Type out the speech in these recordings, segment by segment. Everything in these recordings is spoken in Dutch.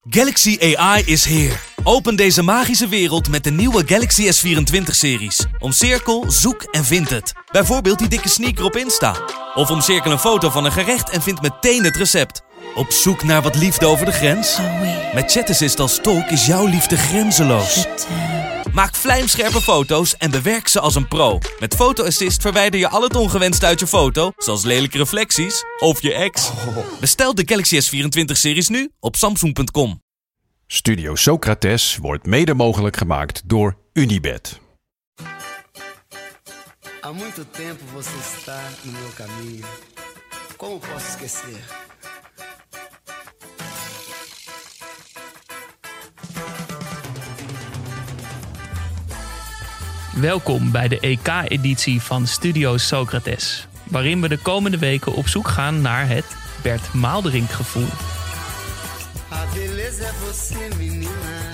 Galaxy AI is here. Open deze magische wereld met de nieuwe Galaxy S24-series. Omcirkel, zoek en vind het. Bijvoorbeeld die dikke sneaker op Insta. Of omcirkel een foto van een gerecht en vind meteen het recept. Op zoek naar wat liefde over de grens? Met ChatAssist als tolk is jouw liefde grenzeloos. Maak vlijmscherpe foto's en bewerk ze als een pro. Met Photo Assist verwijder je al het ongewenst uit je foto, zoals lelijke reflecties of je ex. Bestel de Galaxy S24-series nu op Samsung.com. Studio Socrates wordt mede mogelijk gemaakt door Unibet. Há muito tempo você está no meu caminho. Como posso esquecer? Welkom bij de EK-editie van Studio Socrates, waarin we de komende weken op zoek gaan naar het Bert Maalderink-gevoel. A beleza é você, menina.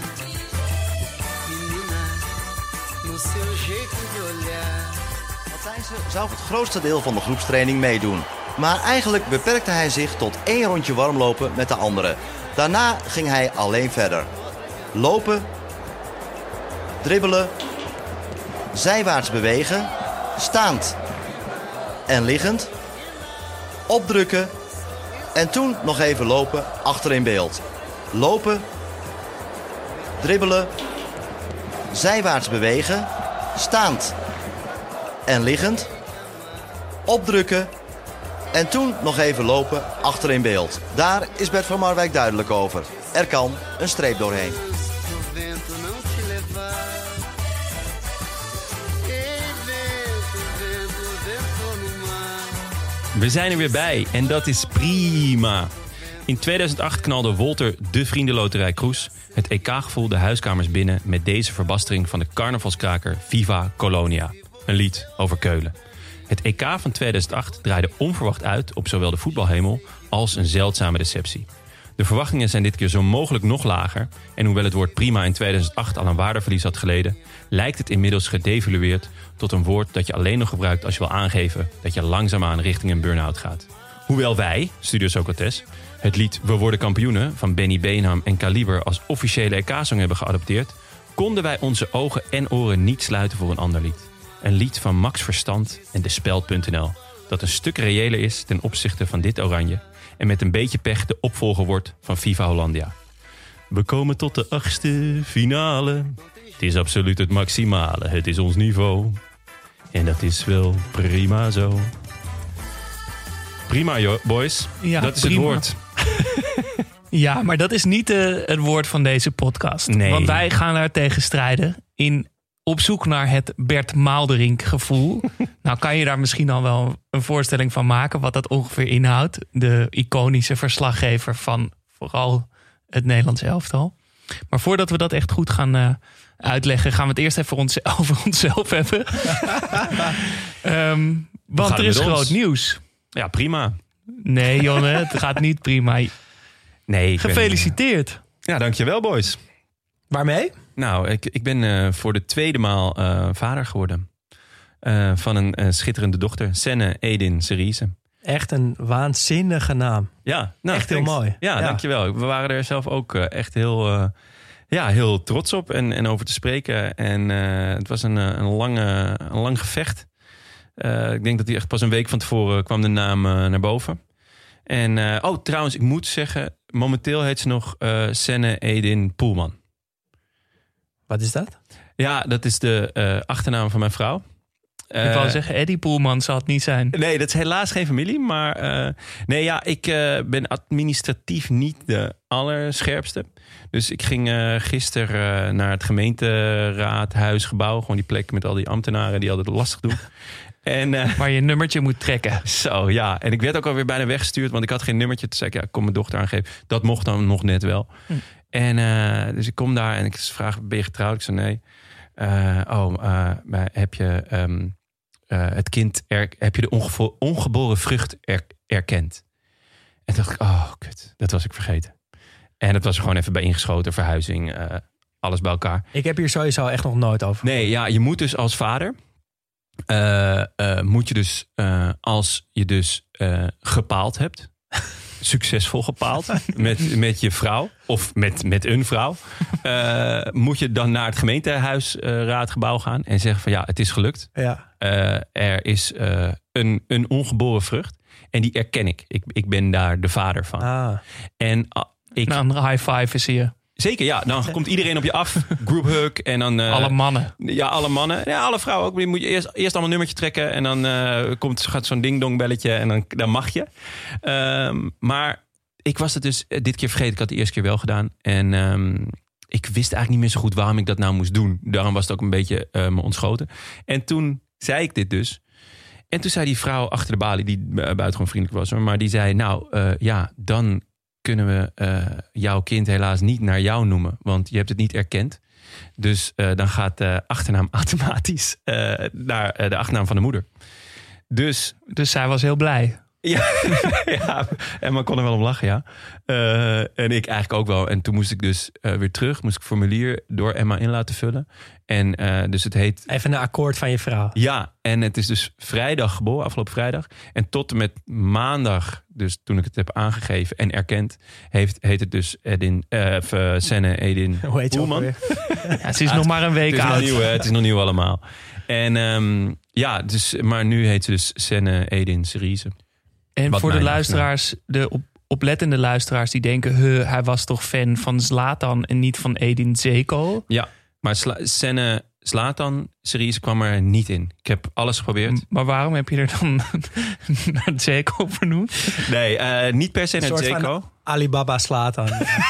Menina, no seu jeito de olhar. Matthijssen zou het grootste deel van de groepstraining meedoen. Maar eigenlijk beperkte hij zich tot 1 rondje warmlopen met de anderen. Daarna ging hij alleen verder. Lopen, dribbelen, zijwaarts bewegen, staand en liggend, opdrukken en toen nog even lopen achter in beeld. Lopen, dribbelen, zijwaarts bewegen, staand en liggend, opdrukken en toen nog even lopen achter in beeld. Daar is Bert van Marwijk duidelijk over. Er kan een streep doorheen. O vento não te levar. Vento no mar. We zijn er weer bij en dat is prima. In 2008 knalde Wolter de Vriendenloterij Kroes het EK-gevoel de huiskamers binnen met deze verbastering van de carnavalskraker Viva Colonia. Een lied over Keulen. Het EK van 2008 draaide onverwacht uit op zowel de voetbalhemel als een zeldzame deceptie. De verwachtingen zijn dit keer zo mogelijk nog lager en hoewel het woord prima in 2008 al een waardeverlies had geleden, lijkt het inmiddels gedevalueerd tot een woord dat je alleen nog gebruikt als je wil aangeven dat je langzaamaan richting een burn-out gaat. Hoewel wij, Studio Socrates, het lied We worden kampioenen van Benny Beenham en Kaliber als officiële EK-song hebben geadopteerd, konden wij onze ogen en oren niet sluiten voor een ander lied. Een lied van Max Verstand en Despeld.nl, dat een stuk reëler is ten opzichte van dit oranje en met een beetje pech de opvolger wordt van Viva Hollandia. We komen tot de 8e finale. Het is absoluut het maximale, het is ons niveau. En dat is wel prima zo. Prima, boys. Ja, dat is prima. het woord. Ja, maar dat is niet het woord van deze podcast. Nee. Want wij gaan daar tegen strijden op zoek naar het Bert Maalderink-gevoel. Nou kan je daar misschien al wel een voorstelling van maken wat dat ongeveer inhoudt. De iconische verslaggever van vooral het Nederlands elftal. Maar voordat we dat echt goed gaan uitleggen, gaan we het eerst even over onszelf hebben. Want er is groot nieuws. Ja, prima. Nee, Jonne, het gaat niet prima. Nee, Gefeliciteerd. Ja, dankjewel, boys. Waarmee? Nou, ik ben voor de 2e maal vader geworden. Van een schitterende dochter, Senne Edin Cerise. Echt een waanzinnige naam. Ja, nou, echt heel mooi. Ja, dankjewel. We waren er zelf ook echt heel trots op en over te spreken. En het was een lang gevecht. Ik denk dat hij echt pas een week van tevoren kwam de naam naar boven. En trouwens, ik moet zeggen, momenteel heet ze nog Senne Edin Poelman. Wat is dat? Ja, dat is de achternaam van mijn vrouw. Ik wou zeggen, Eddie Poelman zal het niet zijn. Nee, dat is helaas geen familie. Maar ik ben administratief niet de allerscherpste. Dus ik ging gisteren naar het gemeenteraadhuisgebouw. Gewoon die plek met al die ambtenaren die altijd lastig doen. En, waar je een nummertje moet trekken. Zo, ja. En ik werd ook alweer bijna weggestuurd, want ik had geen nummertje. Toen zei ik, ik kon mijn dochter aangeven. Dat mocht dan nog net wel. En dus ik kom daar en ik vraag, ben je getrouwd? Ik zei nee. Maar heb je het kind, heb je de ongeboren vrucht erkend? En toen dacht ik, kut, dat was ik vergeten. En dat was er gewoon even bij ingeschoten, verhuizing, alles bij elkaar. Ik heb hier sowieso echt nog nooit over. Nee, ja, je moet dus als vader, moet je dus, als je dus gepaald hebt, succesvol gepaald met je vrouw of met een vrouw, moet je dan naar het gemeentehuisraadgebouw gaan en zeggen van ja, het is gelukt. Ja. Er is een ongeboren vrucht en die erken ik. Ik ben daar de vader van. Ah. En een high five is hier. Zeker, ja. Dan komt iedereen op je af. Group hug. En dan, Alle mannen. Ja, alle mannen. Ja, alle vrouwen ook. Je moet je eerst allemaal een nummertje trekken. En dan gaat zo'n ding-dong belletje. En dan mag je. Maar ik was het dus dit keer vergeten. Ik had het de eerste keer wel gedaan. En ik wist eigenlijk niet meer zo goed waarom ik dat nou moest doen. Daarom was het ook een beetje me ontschoten. En toen zei ik dit dus. En toen zei die vrouw achter de balie, die buitengewoon vriendelijk was. Maar die zei, dan kunnen we jouw kind helaas niet naar jou noemen. Want je hebt het niet erkend. Dus dan gaat de achternaam automatisch naar de achternaam van de moeder. Dus zij was heel blij. Ja, ja, Emma kon er wel om lachen, ja. En ik eigenlijk ook wel. En toen moest ik dus weer terug. Moest ik het formulier door Emma in laten vullen. En dus het heet... Even een akkoord van je vrouw. Ja, en het is dus vrijdag geboren, afgelopen vrijdag. En tot en met maandag, dus toen ik het heb aangegeven en erkend... heet het dus Senne Edin Hoe heet je ook Poelman. alweer? Ja, ze is nog maar een week oud. Het is nog nieuw allemaal. En maar nu heet ze dus Senne Edin Cerise. En Wat voor de mijn luisteraars, de oplettende luisteraars die denken... hij was toch fan van Zlatan en niet van Edin Dzeko? Ja, maar Senne Zlatan Cerise kwam er niet in. Ik heb alles geprobeerd. Maar waarom heb je er dan naar Dzeko vernoemd? Nee, niet per se naar Een soort Dzeko. van Alibaba Zlatan.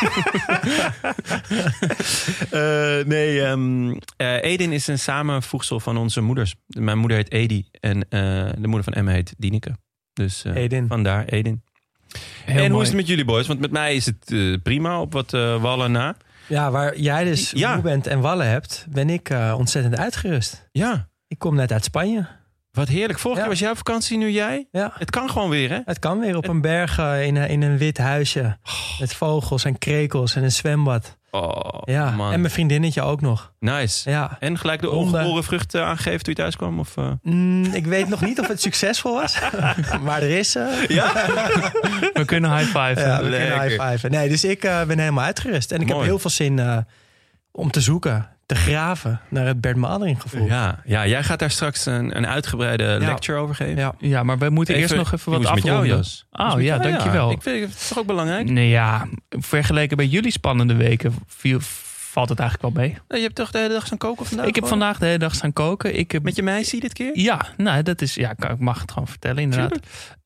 Edin is een samenvoegsel van onze moeders. Mijn moeder heet Edi en de moeder van Emma heet Dineke. Dus Edin. Vandaar Edin. Heel en hoe mooi. is het met jullie boys? Want met mij is het prima op wat wallen na. Ja, waar jij dus moe bent en wallen hebt, ben ik ontzettend uitgerust. Ja. Ik kom net uit Spanje. Wat heerlijk. Vorige keer was jouw vakantie, nu jij. Ja. Het kan gewoon weer, hè? Het kan weer op een berg in een wit huisje. Met vogels en krekels en een zwembad. Oh, Ja, man. en mijn vriendinnetje ook nog. Nice. Ja. En gelijk de Honden. ongeboren vrucht aangegeven toen je thuis kwam? Of, Ik weet nog niet of het succesvol was. Maar er is... We kunnen high five. Ja, we Lekker. kunnen high-fiven. Nee, dus ik ben helemaal uitgerust. En ik heb Mooi. heel veel zin om te zoeken, te graven naar het Bert Maalderink gevoel. Ja, jij gaat daar straks een uitgebreide lecture over geven. Ja. Ja, maar we moeten eerst nog even wat afronden. Oh Ja, dankjewel. Ik vind het toch ook belangrijk? Nee, ja, vergeleken bij jullie spannende weken valt het eigenlijk wel mee. Je hebt toch de hele dag staan koken vandaag? Ik heb vandaag de hele dag staan koken. Ik heb... Met je meisje dit keer? Ja, nou, dat is... Ja, ik mag het gewoon vertellen, inderdaad.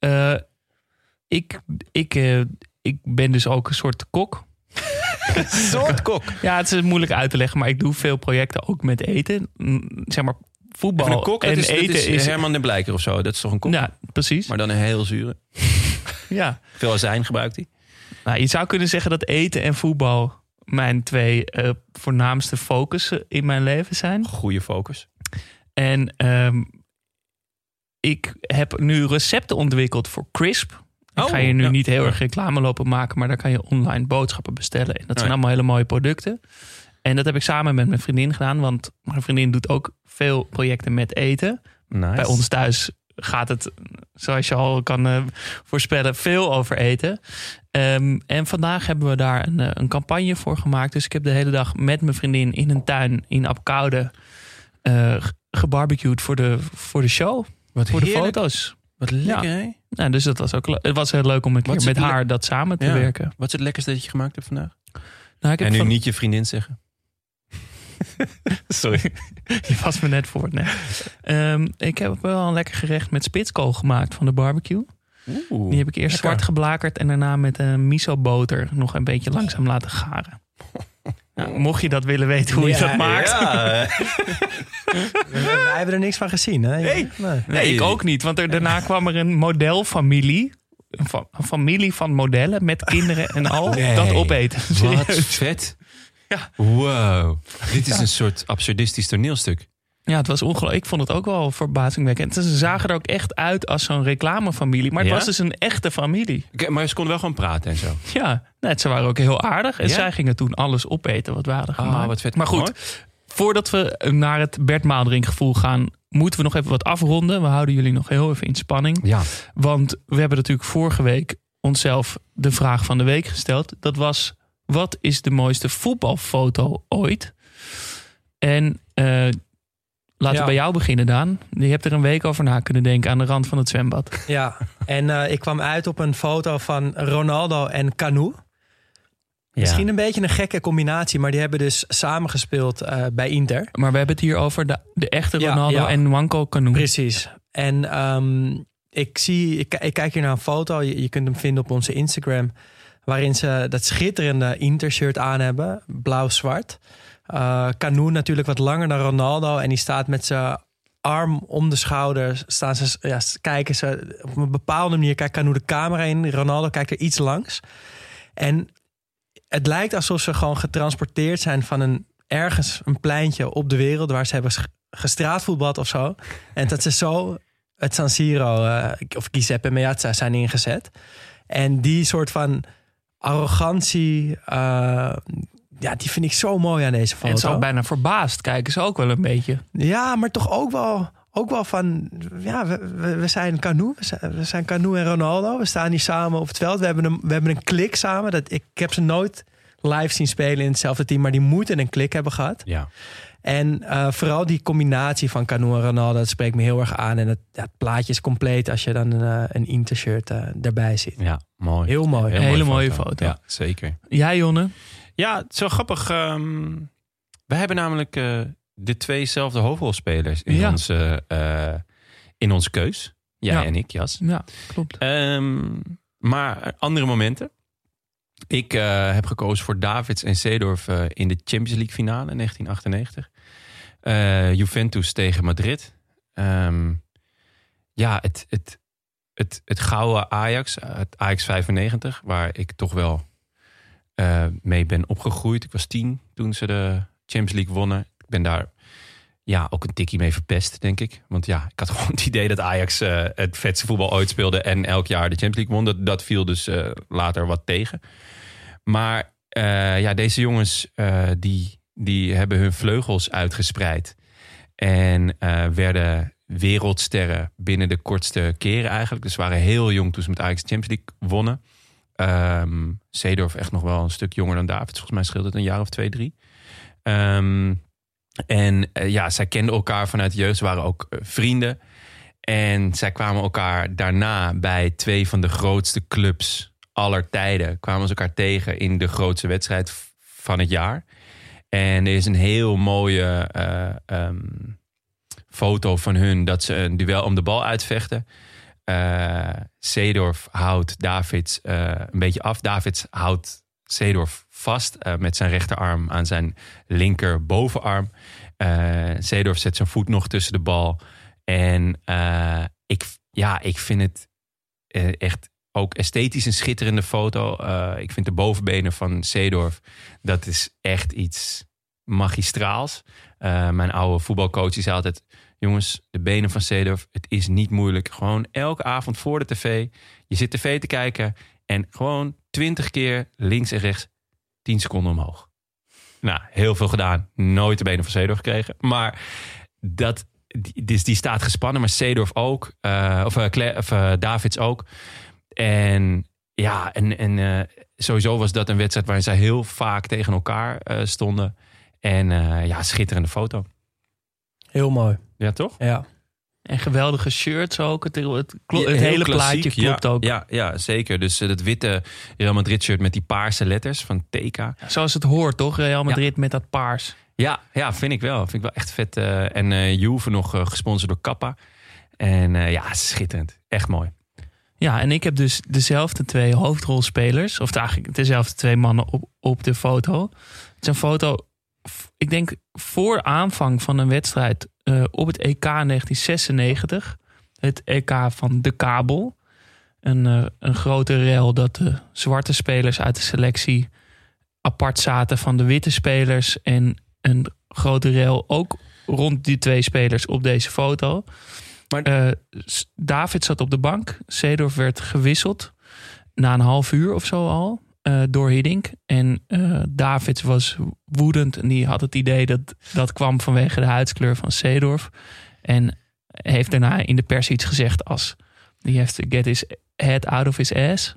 Ik ben dus ook een soort kok. Een soort kok? Ja, het is moeilijk uit te leggen, maar ik doe veel projecten ook met eten. Zeg maar, voetbal Even een kok, en dat eten is Herman den Blijker of zo. Dat is toch een kok? Ja, precies. Maar dan een heel zure. Ja. Veel azijn gebruikt hij. Nou, je zou kunnen zeggen dat eten en voetbal mijn twee voornaamste focussen in mijn leven zijn. Goeie focus. En ik heb nu recepten ontwikkeld voor Crisp. Ik ga je nu niet heel erg reclame lopen maken, maar daar kan je online boodschappen bestellen. En dat zijn allemaal hele mooie producten. En dat heb ik samen met mijn vriendin gedaan, want mijn vriendin doet ook veel projecten met eten. Nice. Bij ons thuis gaat het, zoals je al kan voorspellen, veel over eten. En vandaag hebben we daar een campagne voor gemaakt. Dus ik heb de hele dag met mijn vriendin in een tuin in Apeldoorn gebarbecued voor de show. Wat voor de heerlijk. foto's. Wat lekker, Ja. hè? Ja, dus dat was ook het was heel leuk om een keer Wat is met het haar dat samen te Ja. werken. Wat is het lekkerste dat je gemaakt hebt vandaag? Nou, ik heb En nu niet je vriendin zeggen. Sorry, je was me net voor. Nee. Ik heb wel een lekker gerecht met spitskool gemaakt van de barbecue. Oeh, Die heb ik eerst lekker. zwart geblakerd en daarna met miso-boter nog een beetje langzaam laten garen. Nou, mocht je dat willen weten hoe je dat maakt. Ja. Wij hebben er niks van gezien, hè? Nee. Nee, ik ook niet. Want daarna kwam er een modelfamilie. Een familie van modellen met kinderen en al. Nee. Dat opeten. Wat Serieus. vet. Ja. Wow. Dit is een soort absurdistisch toneelstuk. Ja, het was ongelooflijk. Ik vond het ook wel verbazingwekkend. Ze zagen er ook echt uit als zo'n reclamefamilie. Maar het Ja? was dus een echte familie. Maar ze konden wel gewoon praten en zo. Ja, net, ze waren ook heel aardig. En Ja? zij gingen toen alles opeten wat we hadden gemaakt. wat vet. Maar goed, Mooi. voordat we naar het Bert Maalderink gevoel gaan, moeten we nog even wat afronden. We houden jullie nog heel even in spanning. Ja. Want we hebben natuurlijk vorige week onszelf de vraag van de week gesteld. Dat was, wat is de mooiste voetbalfoto ooit? En laten we bij jou beginnen, Daan. Je hebt er een week over na kunnen denken aan de rand van het zwembad. Ja, en ik kwam uit op een foto van Ronaldo en Canu. Misschien een beetje een gekke combinatie, maar die hebben dus samengespeeld bij Inter. Maar we hebben het hier over de echte Ronaldo en Nwankwo Kanu. Precies. En ik kijk hier naar een foto. Je kunt hem vinden op onze Instagram. Waarin ze dat schitterende Inter-shirt aan hebben. Blauw-zwart. Canu natuurlijk wat langer dan Ronaldo. En die staat met zijn arm om de schouder. Kijken ze op een bepaalde manier. Kijkt Canu de camera in. Ronaldo kijkt er iets langs. En het lijkt alsof ze gewoon getransporteerd zijn van ergens een pleintje op de wereld. Waar ze hebben gestraatvoetbald of zo. En dat ze zo het San Siro of Giuseppe Meazza zijn ingezet. En die soort van arrogantie, die vind ik zo mooi aan deze foto. En zo bijna verbaasd kijken ze ook wel een beetje. Ja, maar toch ook wel van, we zijn Canu. We zijn Canu en Ronaldo. We staan hier samen op het veld. We hebben een klik samen. Ik heb ze nooit live zien spelen in hetzelfde team, maar die moeten een klik hebben gehad. Ja. En vooral die combinatie van Canu en Ronaldo, dat spreekt me heel erg aan. En het plaatje is compleet als je dan een Inter-shirt erbij ziet. Ja, mooi. Heel mooi. Een hele mooie foto. Ja, zeker. Jij, Jonne? Ja, het is wel grappig. We hebben namelijk de tweezelfde hoofdrolspelers in onze keus. Jij en ik, Jas. Ja, klopt. Maar andere momenten. Ik heb gekozen voor Davids en Seedorf in de Champions League finale in 1998. Juventus tegen Madrid. Het gouden Ajax, het Ajax 95, waar ik toch wel mee ben opgegroeid. Ik was 10 toen ze de Champions League wonnen. Ik ben daar ook een tikkie mee verpest, denk ik. Want ik had gewoon het idee dat Ajax het vetste voetbal ooit speelde en elk jaar de Champions League won. Dat viel dus later wat tegen. Maar deze jongens die hebben hun vleugels uitgespreid en werden wereldsterren binnen de kortste keren eigenlijk. Dus ze waren heel jong toen ze met Ajax de Champions League wonnen. Seedorf echt nog wel een stuk jonger dan Davids. Volgens mij scheelt het een jaar of 2, 3. Zij kenden elkaar vanuit de jeugd. Ze waren ook vrienden. En zij kwamen elkaar daarna bij 2 van de grootste clubs aller tijden. Kwamen ze elkaar tegen in de grootste wedstrijd van het jaar. En er is een heel mooie foto van hun dat ze een duel om de bal uitvechten. Seedorf houdt Davids een beetje af. Davids houdt Seedorf vast met zijn rechterarm aan zijn linker bovenarm. Seedorf zet zijn voet nog tussen de bal. En ik vind het echt ook esthetisch een schitterende foto. Ik vind de bovenbenen van Seedorf, dat is echt iets magistraals. Mijn oude voetbalcoach die zei altijd: jongens, de benen van Seedorf, het is niet moeilijk. Gewoon elke avond voor de tv. Je zit tv te kijken en gewoon 20 keer links en rechts 10 seconden omhoog. Nou, heel veel gedaan. Nooit de benen van Seedorf gekregen. Maar die staat gespannen. Maar Seedorf ook. Davids ook. En sowieso was dat een wedstrijd waarin zij heel vaak tegen elkaar stonden. En schitterende foto. Heel mooi. Ja, toch? Ja. En geweldige shirts ook. Het hele plaatje klopt ook. Ja, zeker. Dus dat witte Real Madrid shirt met die paarse letters van TK. Zoals het hoort, toch? Real Madrid met dat paars. Ja, vind ik wel. Vind ik wel echt vet. En Juve nog gesponsord door Kappa. En schitterend. Echt mooi. Ja, en ik heb dus dezelfde 2 hoofdrolspelers. Of eigenlijk dezelfde 2 mannen op de foto. Het is een foto, ik denk voor aanvang van een wedstrijd op het EK 1996. Het EK van de kabel. Een grote rel dat de zwarte spelers uit de selectie apart zaten van de witte spelers. En een grote rel ook rond die 2 spelers op deze foto. Maar David zat op de bank. Seedorf werd gewisseld na een half uur of zo al door Hiddink. En Davids was woedend en die had het idee dat kwam vanwege de huidskleur van Seedorf. En heeft daarna in de pers iets gezegd als: die heeft to get his head out of his ass.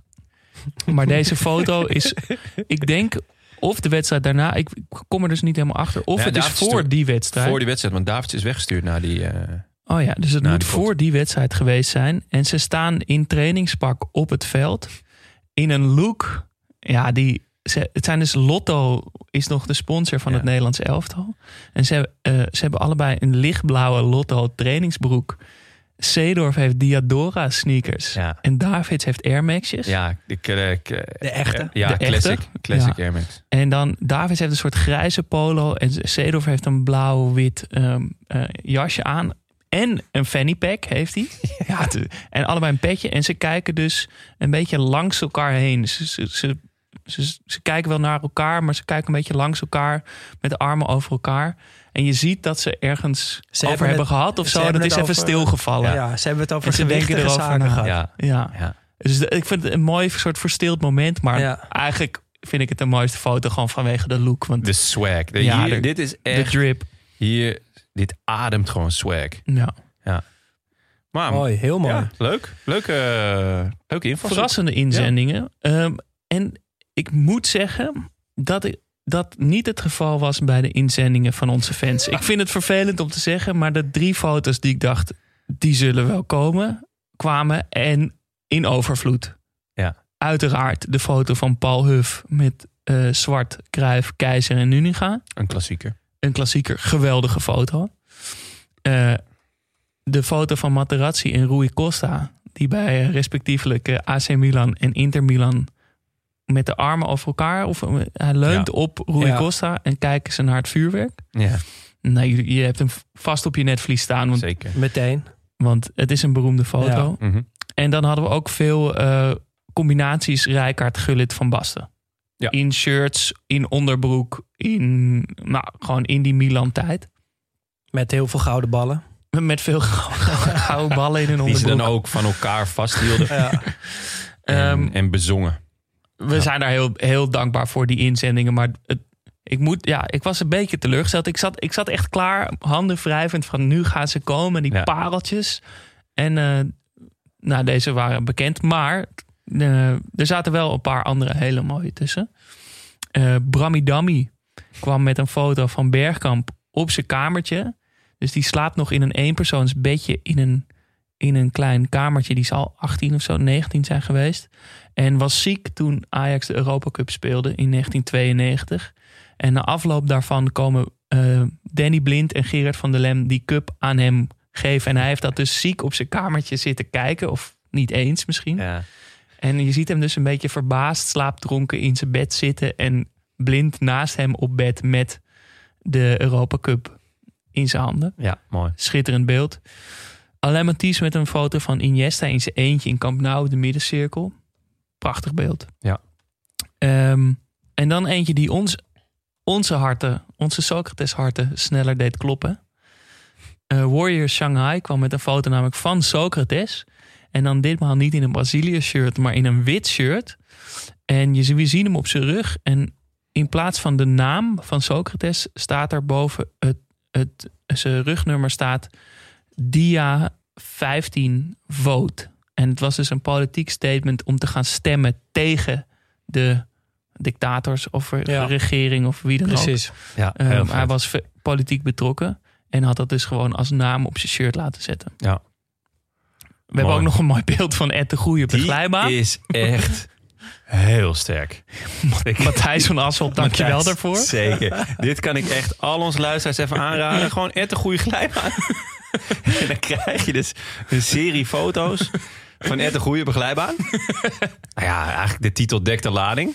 Maar deze foto is, ik denk, of de wedstrijd daarna. Ik kom er dus niet helemaal achter. Of het is voor die wedstrijd. Voor die wedstrijd, want Davids is weggestuurd naar die... Oh ja, dus het moet voor die wedstrijd geweest zijn. En ze staan in trainingspak op het veld. In een look. Ja, het zijn dus Lotto is nog de sponsor van het Nederlands elftal. En ze hebben allebei een lichtblauwe Lotto trainingsbroek. Seedorf heeft Diadora sneakers. Ja. En Davids heeft Air Max'jes. Ja, de echte. Ja, de classic ja. Air Max. En dan Davids heeft een soort grijze polo. En Seedorf heeft een blauw-wit jasje aan. En een fanny pack heeft hij. Ja, en allebei een petje. En ze kijken dus een beetje langs elkaar heen. Ze kijken wel naar elkaar, maar ze kijken een beetje langs elkaar met de armen over elkaar. En je ziet dat ze ergens over hebben gehad of zo. Dat is even stilgevallen. Ja, ze hebben het over en ze denken erover zaken gehad. Ja. Dus ik vind het een mooi soort verstild moment. Maar eigenlijk vind ik het de mooiste foto gewoon vanwege de look. Want de swag. Dit is echt... De drip. Dit ademt gewoon swag. Ja. Maar, mooi, heel mooi. Ja, leuk. Leuke info. Verrassende inzendingen. Ja. En ik moet zeggen dat niet het geval was bij de inzendingen van onze fans. Ik vind het vervelend om te zeggen, maar de 3 foto's die ik dacht, die zullen wel kwamen en in overvloed. Ja. Uiteraard de foto van Paul Huff met Zwart, Cruijff, Keizer en Nuninga. Een klassieker, geweldige foto. De foto van Materazzi en Rui Costa, die bij respectievelijk AC Milan en Inter Milan met de armen over elkaar, of hij leunt op Rui Costa en kijken ze naar het vuurwerk. Ja. Nou, je hebt hem vast op je netvlies staan. Want, zeker. Meteen. Want het is een beroemde foto. Ja. Mm-hmm. En dan hadden we ook veel combinaties Rijkaard, Gullit, Van Basten. Ja. In shirts, in onderbroek, gewoon in die Milan-tijd. Met heel veel gouden ballen. Met veel gouden ballen in een onderbroek. Die ze dan ook van elkaar vasthielden. En bezongen. We zijn daar heel, heel dankbaar voor die inzendingen. Maar ik was een beetje teleurgesteld. Ik zat echt klaar, handen wrijvend van nu gaan ze komen. Die pareltjes. En deze waren bekend. Maar er zaten wel een paar andere hele mooie tussen. Brammy Dammy kwam met een foto van Bergkamp op zijn kamertje. Dus die slaapt nog in een eenpersoonsbedje in een klein kamertje. Die zal 18 of zo, 19 zijn geweest. En was ziek toen Ajax de Europa Cup speelde in 1992. En na afloop daarvan komen Danny Blind en Gerard van der Lem die cup aan hem geven. En hij heeft dat dus ziek op zijn kamertje zitten kijken. Of niet eens misschien. Ja. En je ziet hem dus een beetje verbaasd, slaapdronken in zijn bed zitten. En Blind naast hem op bed met de Europa Cup in zijn handen. Ja, mooi. Schitterend beeld. Alain Matthijs met een foto van Iniesta in zijn eentje in Camp Nou, de middencirkel. Prachtig beeld. Ja. En dan eentje die onze harten, onze Socrates harten sneller deed kloppen. Warriors Shanghai kwam met een foto namelijk van Socrates. En dan ditmaal niet in een Brazilië shirt, maar in een wit shirt. En we zien hem op zijn rug. En in plaats van de naam van Socrates staat er boven zijn rugnummer staat Dia 15 vote. En het was dus een politiek statement om te gaan stemmen tegen de dictators of regering of wie dan ook. Ja, hij was politiek betrokken en had dat dus gewoon als naam op zijn shirt laten zetten. Ja. We hebben ook nog een mooi beeld van Ed de Goeie op de glijbaan. Die is echt heel sterk. Matthijs van Asselt, dankjewel daarvoor. Zeker. Dit kan ik echt al onze luisteraars even aanraden. Gewoon Ed de Goeie glijbaan. En dan krijg je dus een serie foto's van Ed de Goeie op een glijbaan. Nou ja, eigenlijk de titel dekt de lading.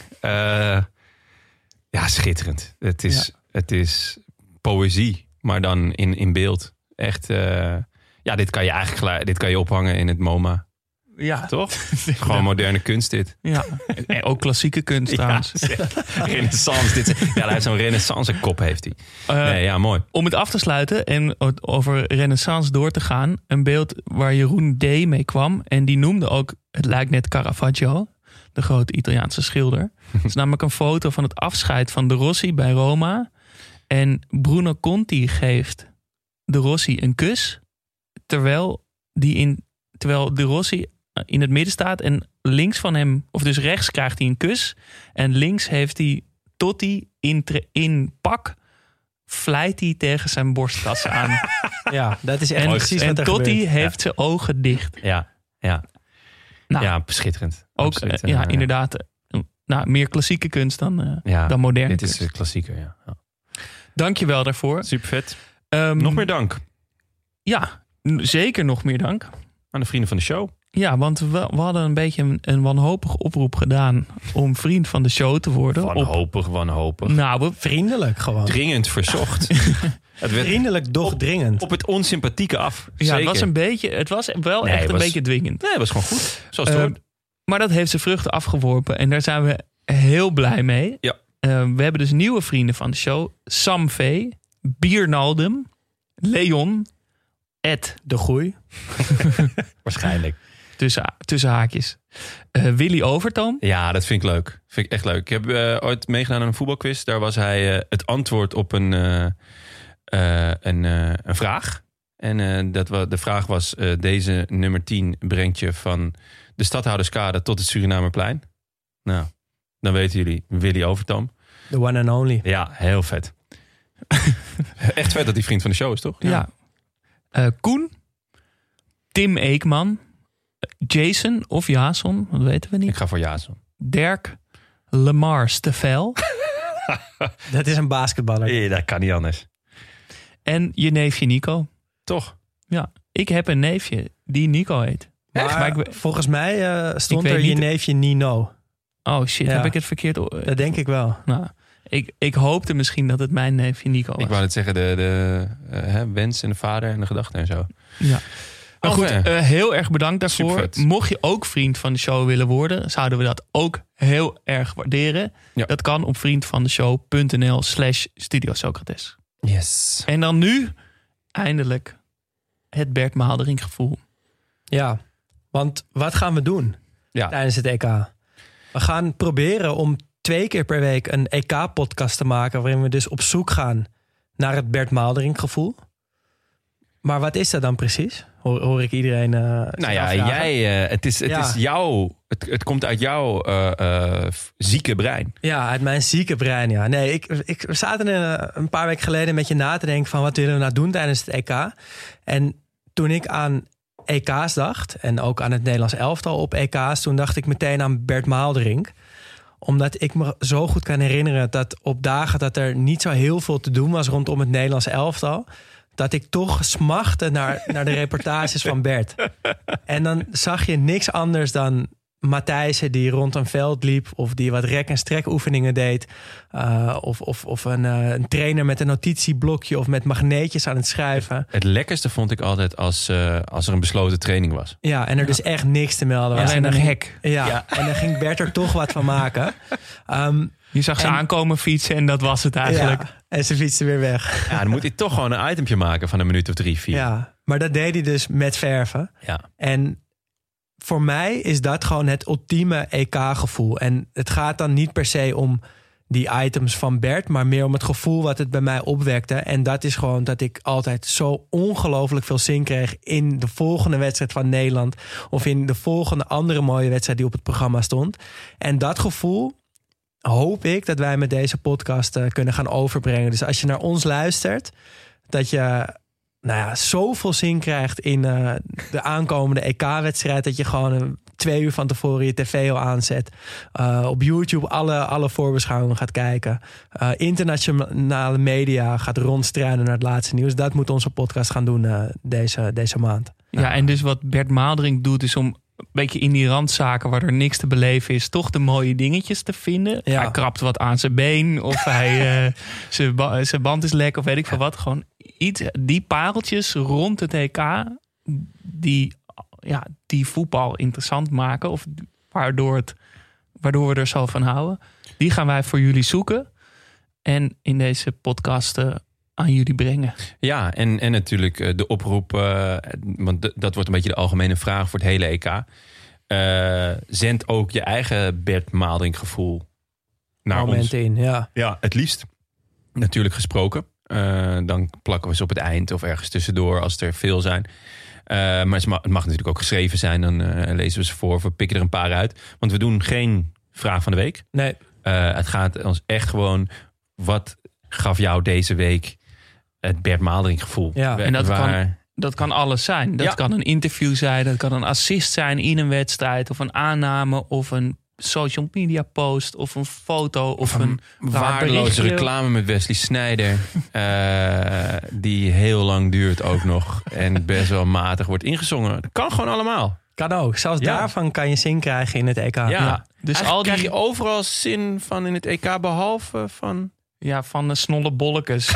Schitterend. Het is poëzie, maar dan in beeld. Echt, dit kan je ophangen in het MoMA. Ja. Toch? Gewoon moderne kunst dit. Ja, en ook klassieke kunst trouwens. Renaissance. Hij heeft zo'n renaissance kop heeft hij. Mooi. Om het af te sluiten en over renaissance door te gaan. Een beeld waar Jeroen D. mee kwam. En die noemde ook, het lijkt net Caravaggio, de grote Italiaanse schilder. Het is namelijk een foto van het afscheid van De Rossi bij Roma. En Bruno Conti geeft De Rossi een kus. Terwijl De Rossi in het midden staat. En links van hem, of dus rechts krijgt hij een kus. En links heeft hij Totti in pak. Vlijt hij tegen zijn borstkas aan. Ja, dat is echt precies wat er Totti gebeurt. heeft zijn ogen dicht. Ja. Nou, Ja, schitterend. ook Absoluut, inderdaad. Meer klassieke kunst dan moderne dit kunst. is klassieker, ja. Dank je wel daarvoor. Super vet. Nog Nog meer dank Ja, zeker nog meer dank. aan de vrienden van de show. Ja, want we hadden een beetje een wanhopige oproep gedaan om vriend van de show te worden. Wanhopig. Nou, Vriendelijk gewoon. Dringend verzocht. Het werd Vriendelijk, doch dringend. op het onsympathieke af. ja, Zeker. het was wel echt een beetje dwingend. Nee, het was gewoon goed. Zoals het hoort. Maar dat heeft zijn vruchten afgeworpen en daar zijn we heel blij mee. Ja. We hebben dus nieuwe vrienden van de show. Sam V, Biernaldum, Leon, Ed De Groei. Waarschijnlijk. tussen haakjes, Willy Overtoom. Ja, dat vind ik leuk. Vind ik echt leuk. Ik heb ooit meegedaan aan een voetbalquiz. Daar was hij het antwoord op een vraag. En de vraag was: deze nummer 10 brengt je van de Stadhouderskade tot het Surinamerplein. Nou, dan weten jullie, Willy Overtoom. The one and only. Ja, heel vet. Echt vet dat hij vriend van de show is, toch? Ja. Koen, Tim Eekman, Jason of Jason, dat weten we niet. Ik ga voor Jason. Dirk, Lemar Stevel Dat is een basketballer. Dat kan niet anders. en je neefje Nico. Toch? Ja, ik heb een neefje die Nico heet. Maar volgens mij stond Ik weet er je niet- neefje Nino. Oh shit, Ja. heb ik het verkeerd? Dat denk ik wel. Nou, ik hoopte misschien dat het mijn neefje Nico was. Ik wou net zeggen, de wens en de vader en de gedachten en zo. Ja. Maar goed, Enfin. heel erg bedankt daarvoor. Supervet. Mocht je ook vriend van de show willen worden, zouden we dat ook heel erg waarderen. Ja. Dat kan op vriendvandeshow.nl/Studio Socrates. Yes. En dan nu eindelijk het Bert Maalderink gevoel. Ja, want wat gaan we doen Ja. tijdens het EK? We gaan proberen om 2 keer per week een EK-podcast te maken... waarin we dus op zoek gaan naar het Bert Maalderink gevoel. Maar wat is dat dan precies? Hoor ik iedereen Nou ja, het is jouw... Het komt uit jouw zieke brein. Ja, uit mijn zieke brein, ja. Nee, we zaten een paar weken geleden met je na te denken... van wat willen we nou doen tijdens het EK? En toen ik aan EK's dacht... en ook aan het Nederlands elftal op EK's... toen dacht ik meteen aan Bert Maalderink. Omdat ik me zo goed kan herinneren... dat op dagen dat er niet zo heel veel te doen was... rondom het Nederlands elftal... dat ik toch smachtte naar de reportages van Bert. En dan zag je niks anders dan Matthijssen die rond een veld liep... of die wat rek- en strekoefeningen deed. Of een trainer met een notitieblokje... of met magneetjes aan het schrijven. Het lekkerste vond ik altijd als er een besloten training was. Ja, en er dus echt niks te melden was. Alleen En een dan hek. Ja, en dan ging Bert er toch wat van maken. Je zag ze aankomen fietsen en dat was het eigenlijk. Ja, en ze fietste weer weg. Ja, dan moet hij toch gewoon een itempje maken van een minuut of 3, 4. Ja, maar dat deed hij dus met verven. Ja. En voor mij is dat gewoon het ultieme EK-gevoel. En het gaat dan niet per se om die items van Bert... maar meer om het gevoel wat het bij mij opwekte. En dat is gewoon dat ik altijd zo ongelooflijk veel zin kreeg... in de volgende wedstrijd van Nederland... of in de volgende andere mooie wedstrijd die op het programma stond. En dat gevoel hoop ik dat wij met deze podcast kunnen gaan overbrengen. Dus als je naar ons luistert, dat je zoveel zin krijgt in de aankomende EK-wedstrijd... dat je gewoon 2 uur van tevoren je tv al aanzet. Op YouTube alle voorbeschouwingen gaat kijken. Internationale media gaat rondstruinen naar het laatste nieuws. Dat moet onze podcast gaan doen deze maand. Ja, en dus wat Bert Maalderink doet is om een beetje in die randzaken waar er niks te beleven is, toch de mooie dingetjes te vinden. Ja. Hij krabt wat aan zijn been of hij zijn band is lek of weet ik veel wat. Gewoon iets, die pareltjes rond het EK die voetbal interessant maken of waardoor we er zo van houden. Die gaan wij voor jullie zoeken en in deze podcast aan jullie brengen. Ja, en natuurlijk de oproep, want dat wordt een beetje de algemene vraag voor het hele EK. Zend ook je eigen Bert Maalderink gevoel naar Momenten ons. in, ja. Ja, het liefst natuurlijk gesproken. Dan plakken we ze op het eind of ergens tussendoor als er veel zijn. Maar het mag natuurlijk ook geschreven zijn. Dan lezen we ze voor. We pikken er een paar uit. Want we doen geen vraag van de week. Nee. Het gaat ons echt gewoon... Wat gaf jou deze week het Bert Maalderink gevoel? Ja. En dat kan alles zijn. Dat kan een interview zijn. Dat kan een assist zijn in een wedstrijd. Of een aanname. Of een social media post. Of een foto. Of een waardeloze reclame met Wesley Sneijder. Die heel lang duurt ook nog. En best wel matig wordt ingezongen. Dat kan gewoon allemaal. Kan ook. Zelfs daarvan kan je zin krijgen in het EK. Ja. Dus krijg je overal zin van in het EK behalve van... Ja, van de snolle bollekes.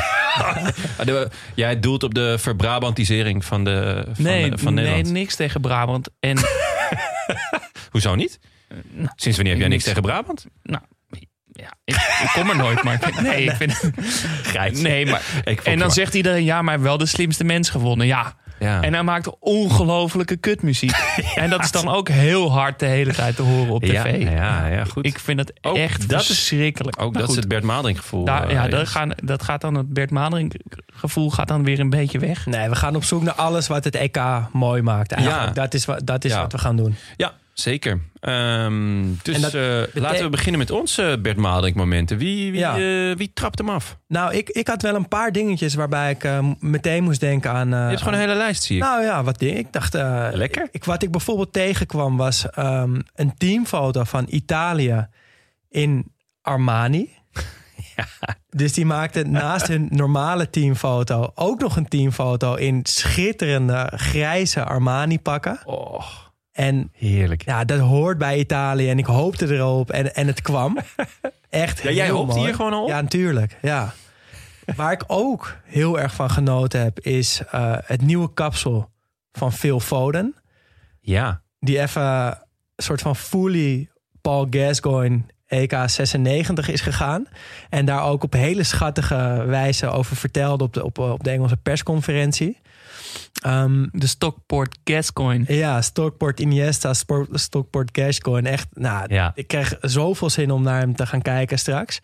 Jij doelt op de verbrabantisering van Nederland. Nee, niks tegen Brabant. En hoezo niet? Sinds wanneer heb jij niks tegen Brabant? Nou, ja, ik kom er nooit, maar ik vind... Grijs. Nee, maar... En dan zegt iedereen, ja, maar wel de slimste mens gewonnen. Ja. En hij maakt ongelofelijke kutmuziek. En dat is dan ook heel hard de hele tijd te horen op tv. Ja, goed. Ik vind het echt verschrikkelijk. Ook dat is het Bert Maalderink gevoel. Dat gaat dan het Bert Maalderink gevoel gaat dan weer een beetje weg. Nee, we gaan op zoek naar alles wat het EK mooi maakt. Eigenlijk. Dat is wat we gaan doen. Ja, zeker. Laten we beginnen met onze Bert Maalderink momenten. Wie trapt hem af? Nou, ik had wel een paar dingetjes waarbij ik meteen moest denken aan... je hebt gewoon een hele lijst, zie ik. Nou ja, wat dingen. Ik dacht... Lekker. Wat ik bijvoorbeeld tegenkwam was een teamfoto van Italië in Armani. Ja. Dus die maakte naast hun normale teamfoto ook nog een teamfoto in schitterende grijze Armani pakken. Oh. En heerlijk. Ja, dat hoort bij Italië. En ik hoopte erop. En het kwam. Echt heel jij hoopt mooi. hier gewoon al op? Ja, natuurlijk. Ja. Waar ik ook heel erg van genoten heb... is het nieuwe kapsel van Phil Foden. Ja. Die even een soort van fully Paul Gascoigne EK 96 is gegaan. En daar ook op hele schattige wijze over vertelde... op de Engelse persconferentie. De Stockport Gascoigne. Ja, Stockport Iniesta, Stockport Gascoigne. Echt, ik krijg zoveel zin om naar hem te gaan kijken straks.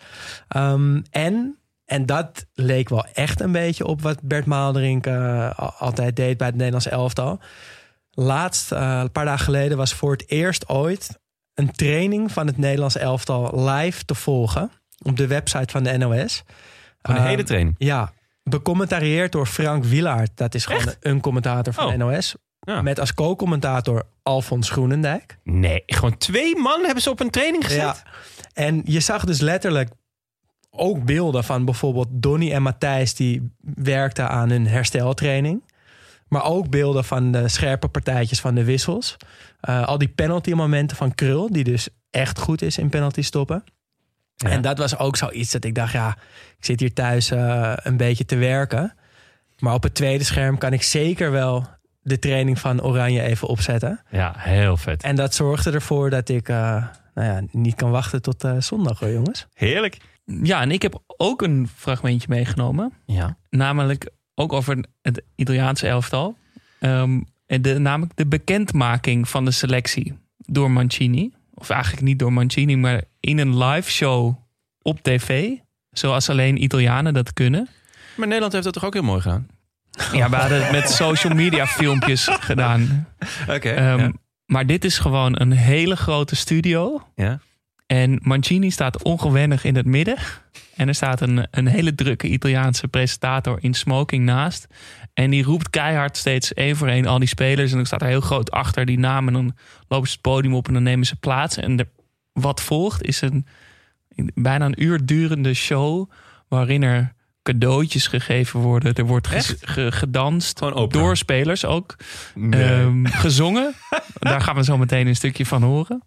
En dat leek wel echt een beetje op wat Bert Maalderink altijd deed bij het Nederlands elftal. Laatst, een paar dagen geleden, was voor het eerst ooit een training van het Nederlands elftal live te volgen op de website van de NOS. Van de hele training? Ja. Becommentarieerd door Frank Wielaert. Dat is gewoon een commentator van de NOS. Ja. Met als co-commentator Alfons Groenendijk. Nee, gewoon 2 man hebben ze op een training gezet? Ja. En je zag dus letterlijk ook beelden van bijvoorbeeld Donny en Matthijs... die werkten aan hun hersteltraining. Maar ook beelden van de scherpe partijtjes van de wissels. Al die penalty momenten van Krul... die dus echt goed is in penalty stoppen. Ja. En dat was ook zoiets dat ik dacht... ik zit hier thuis een beetje te werken. Maar op het tweede scherm kan ik zeker wel... de training van Oranje even opzetten. Ja, heel vet. En dat zorgde ervoor dat ik niet kan wachten tot zondag, hoor, jongens. Heerlijk. Ja, en ik heb ook een fragmentje meegenomen. Ja. Namelijk ook over het Italiaanse elftal. Namelijk de bekendmaking van de selectie door Mancini. Of eigenlijk niet door Mancini, maar in een live show op tv. Zoals alleen Italianen dat kunnen. Maar Nederland heeft dat toch ook heel mooi gedaan? Ja, we hadden het met social media filmpjes gedaan. Oké. Maar dit is gewoon een hele grote studio. Ja. En Mancini staat ongewennig in het midden. En er staat een hele drukke Italiaanse presentator in smoking naast. En die roept keihard steeds 1 voor 1 al die spelers. En dan staat er heel groot achter die naam. En dan lopen ze het podium op en dan nemen ze plaats. En wat volgt is een bijna een uur durende show... waarin er cadeautjes gegeven worden. Er wordt gedanst door spelers ook. Nee. Gezongen. Daar gaan we zo meteen een stukje van horen.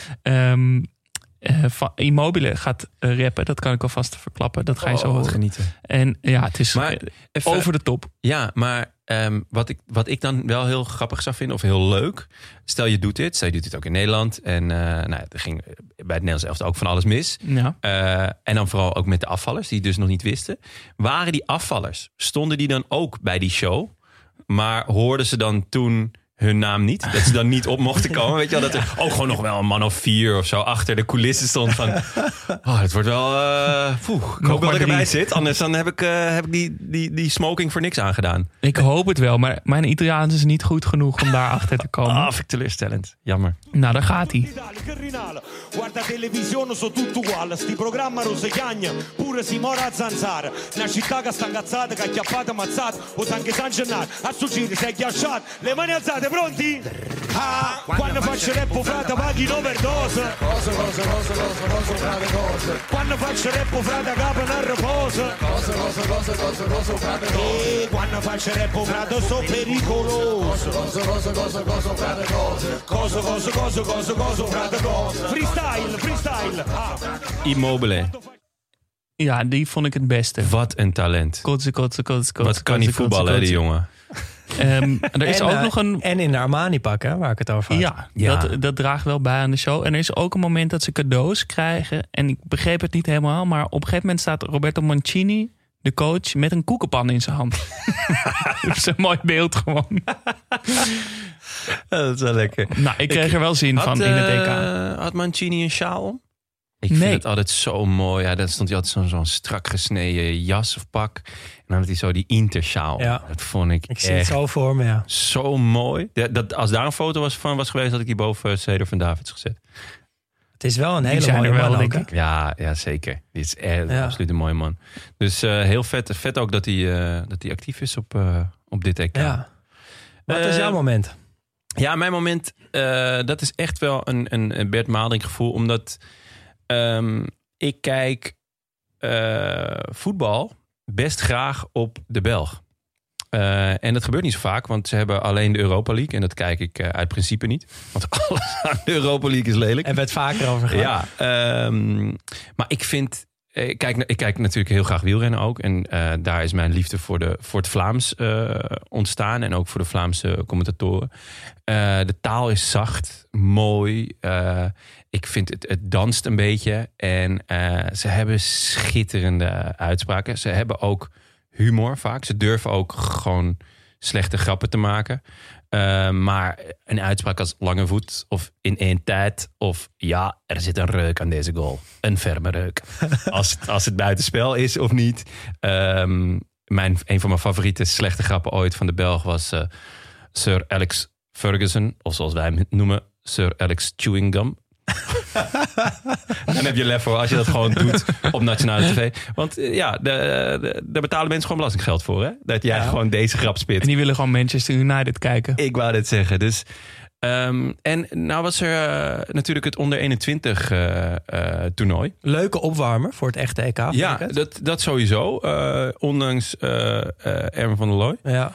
Immobile gaat rappen. Dat kan ik alvast verklappen. Dat ga je zo horen. Genieten. En ja, het is over de top. Ja, maar wat ik dan wel heel grappig zou vinden... of heel leuk. Stel je doet dit ook in Nederland. En er ging bij het Nederlands elftal ook van alles mis. Ja. En dan vooral ook met de afvallers... die dus nog niet wisten. Waren die afvallers? Stonden die dan ook bij die show? Maar hoorden ze dan toen hun naam niet. Dat ze dan niet op mochten komen. Weet je wel, dat er ook gewoon nog wel een man of 4 of zo achter de coulissen stond van... het wordt wel... ik hoop dat ik erbij zit. Anders dan heb ik die smoking voor niks aangedaan. Ik hoop het wel, maar mijn Italiaans is niet goed genoeg om daar achter te komen. Vind ik teleurstellend. Jammer. Nou, daar gaat hij. Guarda televisione so tutto uguale, sti programma rosicagna, pure si mora a zanzara. Una città che sta incazzata, che acchiappata, ammazzata, o sangue San Gennaro, a succedere, sei ghiacciato, le mani alzate, pronti? Quando faccio rap frate paghi l'overdose. Cosa, frate, cosa. Quando faccio rap frate capo una riposa. Cosa, frate, cosa. Quando faccio rap frate so pericoloso. Cosa, frate, cosa. Cosa, frate, cosa. Freestyle. Immobile. Ja, die vond ik het beste. Wat een talent. Kotze. Wat kan hij voetballen, hè, die jongen. Er is ook nog een... En in de Armani-pak, hè, waar ik het over had. Ja. Dat draagt wel bij aan de show. En er is ook een moment dat ze cadeaus krijgen. En ik begreep het niet helemaal. Maar op een gegeven moment staat Roberto Mancini, de coach, met een koekenpan in zijn hand. Dat is een mooi beeld gewoon. Dat is wel lekker. Nou, ik kreeg er wel zin van in het EK. Had Mancini een sjaal om? Ik vind het altijd zo mooi. Ja, dan stond hij altijd zo'n strak gesneden jas of pak. En dan had hij zo die intersjaal. Ja. Dat vond ik zie het zo voor me, ja. Zo mooi. Als daar een foto van was geweest, had ik die boven Cedar van Davids gezet. Het is wel een hele mooie man ook, denk ik. Ja, zeker. Die is echt absoluut een mooie man. Dus heel vet. Vet ook dat hij actief is op dit EK. Ja. Wat is jouw moment? Ja, mijn moment, dat is echt wel een Bert Maalderink gevoel. Omdat ik kijk voetbal best graag op de Belg. En dat gebeurt niet zo vaak, want ze hebben alleen de Europa League. En dat kijk ik uit principe niet. Want alles aan de Europa League is lelijk. En werd vaker over gehad. Ja, maar ik vind... Ik kijk natuurlijk heel graag wielrennen ook. En daar is mijn liefde voor het Vlaams ontstaan. En ook voor de Vlaamse commentatoren. De taal is zacht, mooi. Ik vind het danst een beetje. En ze hebben schitterende uitspraken. Ze hebben ook humor vaak. Ze durven ook gewoon slechte grappen te maken. Maar een uitspraak als lange voet of in één tijd of ja, er zit een reuk aan deze goal. Een ferme reuk. Als het buitenspel is of niet. Een van mijn favoriete slechte grappen ooit van de Belg was Sir Alex Ferguson. Of zoals wij hem noemen, Sir Alex Chewing Gum. Dan heb je lef voor als je dat gewoon doet op nationale tv. Want daar betalen mensen gewoon belastinggeld voor. Hè? Dat jij gewoon deze grap spit. En die willen gewoon Manchester United kijken. Ik wou dit zeggen. Dus, en nou was er natuurlijk het onder 21 toernooi. Leuke opwarmer voor het echte EK. Ja, dat sowieso. Ondanks Erwin van der Looy. Ja.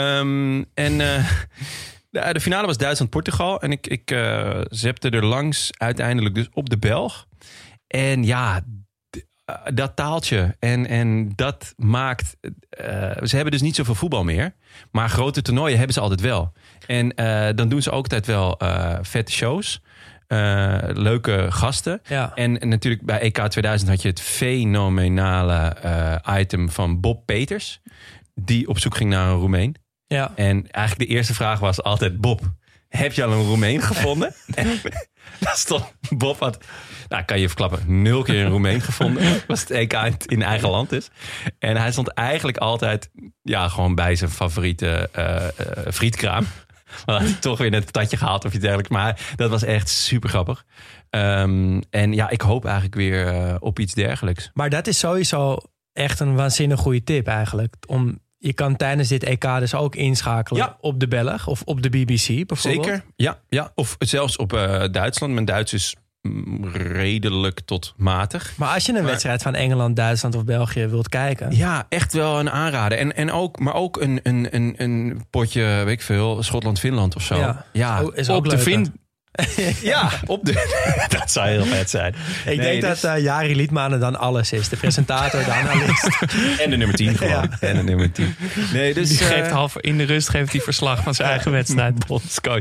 De finale was Duitsland-Portugal. En ik zepte er langs uiteindelijk dus op de Belg. En ja, dat taaltje. En dat maakt... ze hebben dus niet zoveel voetbal meer. Maar grote toernooien hebben ze altijd wel. En dan doen ze ook altijd wel vette shows. Leuke gasten. Ja. En natuurlijk bij EK 2000 had je het fenomenale item van Bob Peters. Die op zoek ging naar een Roemeen. Ja. En eigenlijk de eerste vraag was altijd... Bob, heb je al een Roemeen gevonden? En dat stond... Bob had, nou kan je verklappen, 0 keer een Roemeen gevonden. Was het EK in eigen land is. En hij stond eigenlijk altijd... gewoon bij zijn favoriete frietkraam. Dan had hij toch weer net een patatje gehaald of iets dergelijks. Maar dat was echt super grappig. En ja, ik hoop eigenlijk weer op iets dergelijks. Maar dat is sowieso echt een waanzinnig goede tip eigenlijk. Je kan tijdens dit EK dus ook inschakelen op de Belg of op de BBC bijvoorbeeld. Zeker, ja. Of zelfs op Duitsland. Mijn Duits is redelijk tot matig. Maar als je een wedstrijd van Engeland, Duitsland of België wilt kijken... Ja, echt wel een aanrader. Maar ook een potje, weet ik veel, Schotland-Finland of zo. Ja. Is ook op de Fin. Ja, dat zou heel vet zijn. Ik denk dat Jari Liedmanen dan alles is. De presentator, de analist. En de nummer 10 gewoon. Ja. En de nummer 10. Nee, dus, die geeft half in de rust geeft hij verslag van zijn eigen wedstrijd. Bondscoach.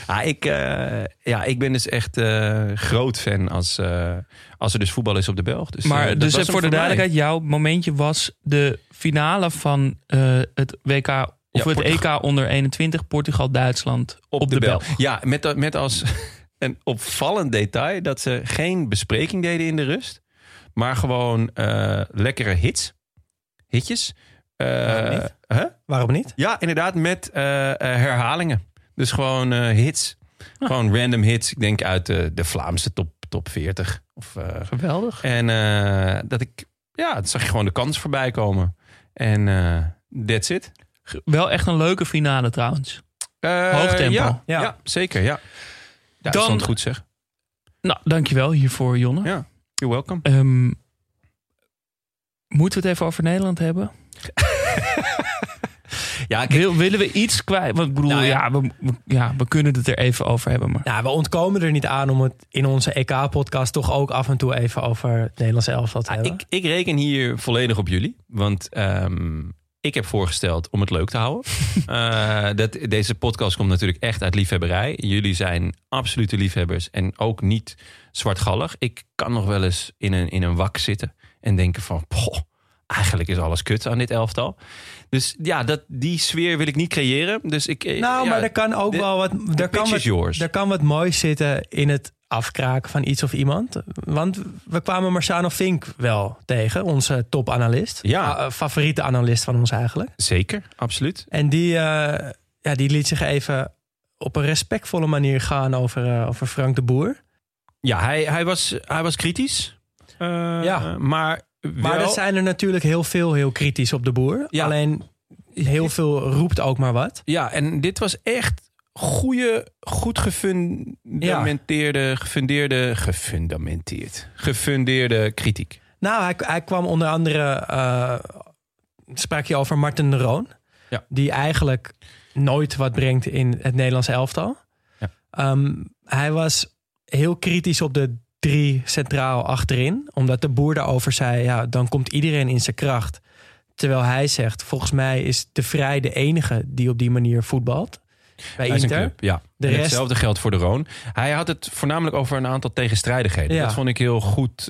Ik ben dus echt groot fan als er dus voetbal is op de Belg. Dus, maar dus voor de duidelijkheid, jouw momentje was de finale van het WK Of het EK onder 21, Portugal-Duitsland op de bel. Ja, met als een opvallend detail dat ze geen bespreking deden in de rust. Maar gewoon lekkere hitjes. Waarom niet? Waarom niet? Ja, inderdaad, met herhalingen. Dus gewoon hits. Gewoon random hits. Ik denk uit de Vlaamse top 40. Geweldig. En dat zag je gewoon de kans voorbij komen. En that's it. Wel echt een leuke finale trouwens. Hoog tempo. Ja, zeker. Ja. Dat Dan, stond goed zeg. Nou, dankjewel hiervoor, Jonne. Ja, you're welcome. Moeten we het even over Nederland hebben? Ja, kijk, Willen we iets kwijt? Want ik bedoel, we kunnen het er even over hebben. Maar. Nou, we ontkomen er niet aan om het in onze EK-podcast toch ook af en toe even over het Nederlandse elftal te hebben. Ik reken hier volledig op jullie. Want ik heb voorgesteld om het leuk te houden. Deze podcast komt natuurlijk echt uit liefhebberij. Jullie zijn absolute liefhebbers en ook niet zwartgallig. Ik kan nog wel eens in een wak zitten en denken van... eigenlijk is alles kut aan dit elftal. Dus ja, die sfeer wil ik niet creëren. Dus maar er kan ook wel wat... Er kan wat moois zitten in het afkraken van iets of iemand. Want we kwamen Marciano Fink wel tegen, onze topanalist. Ja. Favoriete analist van ons eigenlijk. Zeker, absoluut. En die liet zich even op een respectvolle manier gaan over Frank de Boer. Ja, hij was kritisch. Maar er zijn er natuurlijk heel kritisch op de Boer. Ja. Alleen heel veel roept ook maar wat. Ja, en dit was echt goed gefundeerde kritiek. Nou, hij kwam onder andere... sprak je over Marten de Roon. Ja. Die eigenlijk nooit wat brengt in het Nederlandse elftal. Ja. Hij was heel kritisch op de 3 centraal achterin. Omdat de Boer daarover zei... dan komt iedereen in zijn kracht. Terwijl hij zegt... volgens mij is De Vrij de enige die op die manier voetbalt. Bij Inter. Club, ja. Hetzelfde geldt voor de Roon. Hij had het voornamelijk over een aantal tegenstrijdigheden. Ja. Dat vond ik heel goed...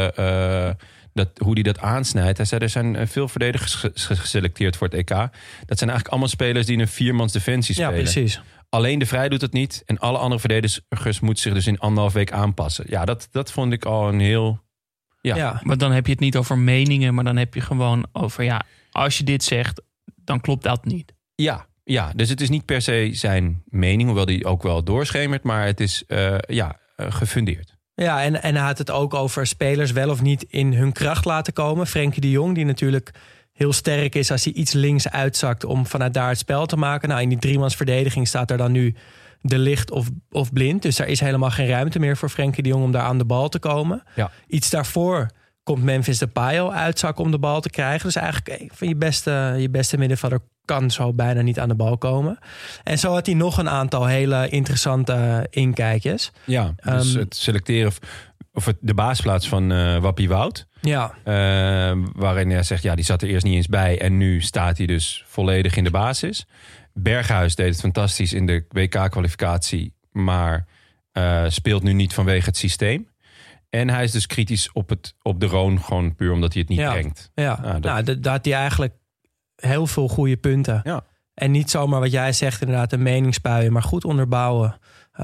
hoe hij dat aansnijdt. Hij zei, er zijn veel verdedigers geselecteerd voor het EK. Dat zijn eigenlijk allemaal spelers die in een 4-mans defensie spelen. Ja, precies. Alleen De Vrij doet het niet. En alle andere verdedigers moeten zich dus in 1,5 week aanpassen. Ja, dat vond ik al een heel... Ja, maar dan heb je het niet over meningen... maar dan heb je gewoon over... als je dit zegt, dan klopt dat niet. Ja, dus het is niet per se zijn mening... hoewel die ook wel doorschemert... maar het is gefundeerd. Ja, en hij had het ook over spelers wel of niet in hun kracht laten komen. Frenkie de Jong, die natuurlijk heel sterk is als hij iets links uitzakt om vanuit daar het spel te maken. Nou, in die 3-mans verdediging staat er dan nu De Ligt of Blind. Dus er is helemaal geen ruimte meer voor Frenkie de Jong om daar aan de bal te komen. Ja. Iets daarvoor komt Memphis Depay al uitzakken om de bal te krijgen. Dus eigenlijk van je beste middenvelder kan zo bijna niet aan de bal komen. En zo had hij nog een aantal hele interessante inkijkjes. Ja, dus het selecteren of de baasplaats van Wappie Wout. Ja. Waarin hij zegt, die zat er eerst niet eens bij. En nu staat hij dus volledig in de basis. Berghuis deed het fantastisch in de WK-kwalificatie. Maar speelt nu niet vanwege het systeem. En hij is dus kritisch op de Roon. Gewoon puur omdat hij het niet brengt. Ja, daar had hij eigenlijk heel veel goede punten. Ja. En niet zomaar wat jij zegt, inderdaad een meningspuien, maar goed onderbouwen.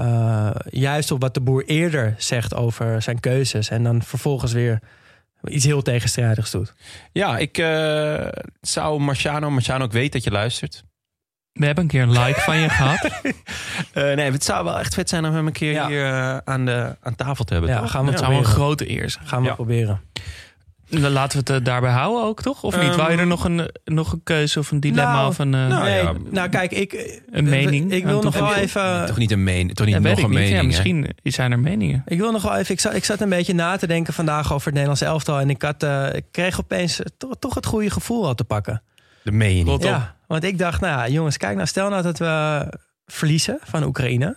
Juist op wat de Boer eerder zegt over zijn keuzes. En dan vervolgens weer iets heel tegenstrijdigs doet. Ja, ik zou Marciano, ik weet dat je luistert. We hebben een keer een like van je gehad. Nee, het zou wel echt vet zijn om hem een keer hier aan tafel te hebben. Ja, toch? gaan we het zou een grote eer zijn. Gaan we proberen. Dan laten we het daarbij houden ook, toch? Of niet? Wou je er nog een keuze of een dilemma of een... kijk, een mening. Ik wil nog wel even... Toch niet een mening? Toch niet nog een mening? Ja, misschien zijn er meningen. Ik wil nog wel even... Ik zat een beetje na te denken vandaag over het Nederlandse elftal. En ik kreeg opeens toch het goede gevoel al te pakken. De mening. Ja, want ik dacht, jongens, kijk nou, stel nou dat we verliezen van Oekraïne.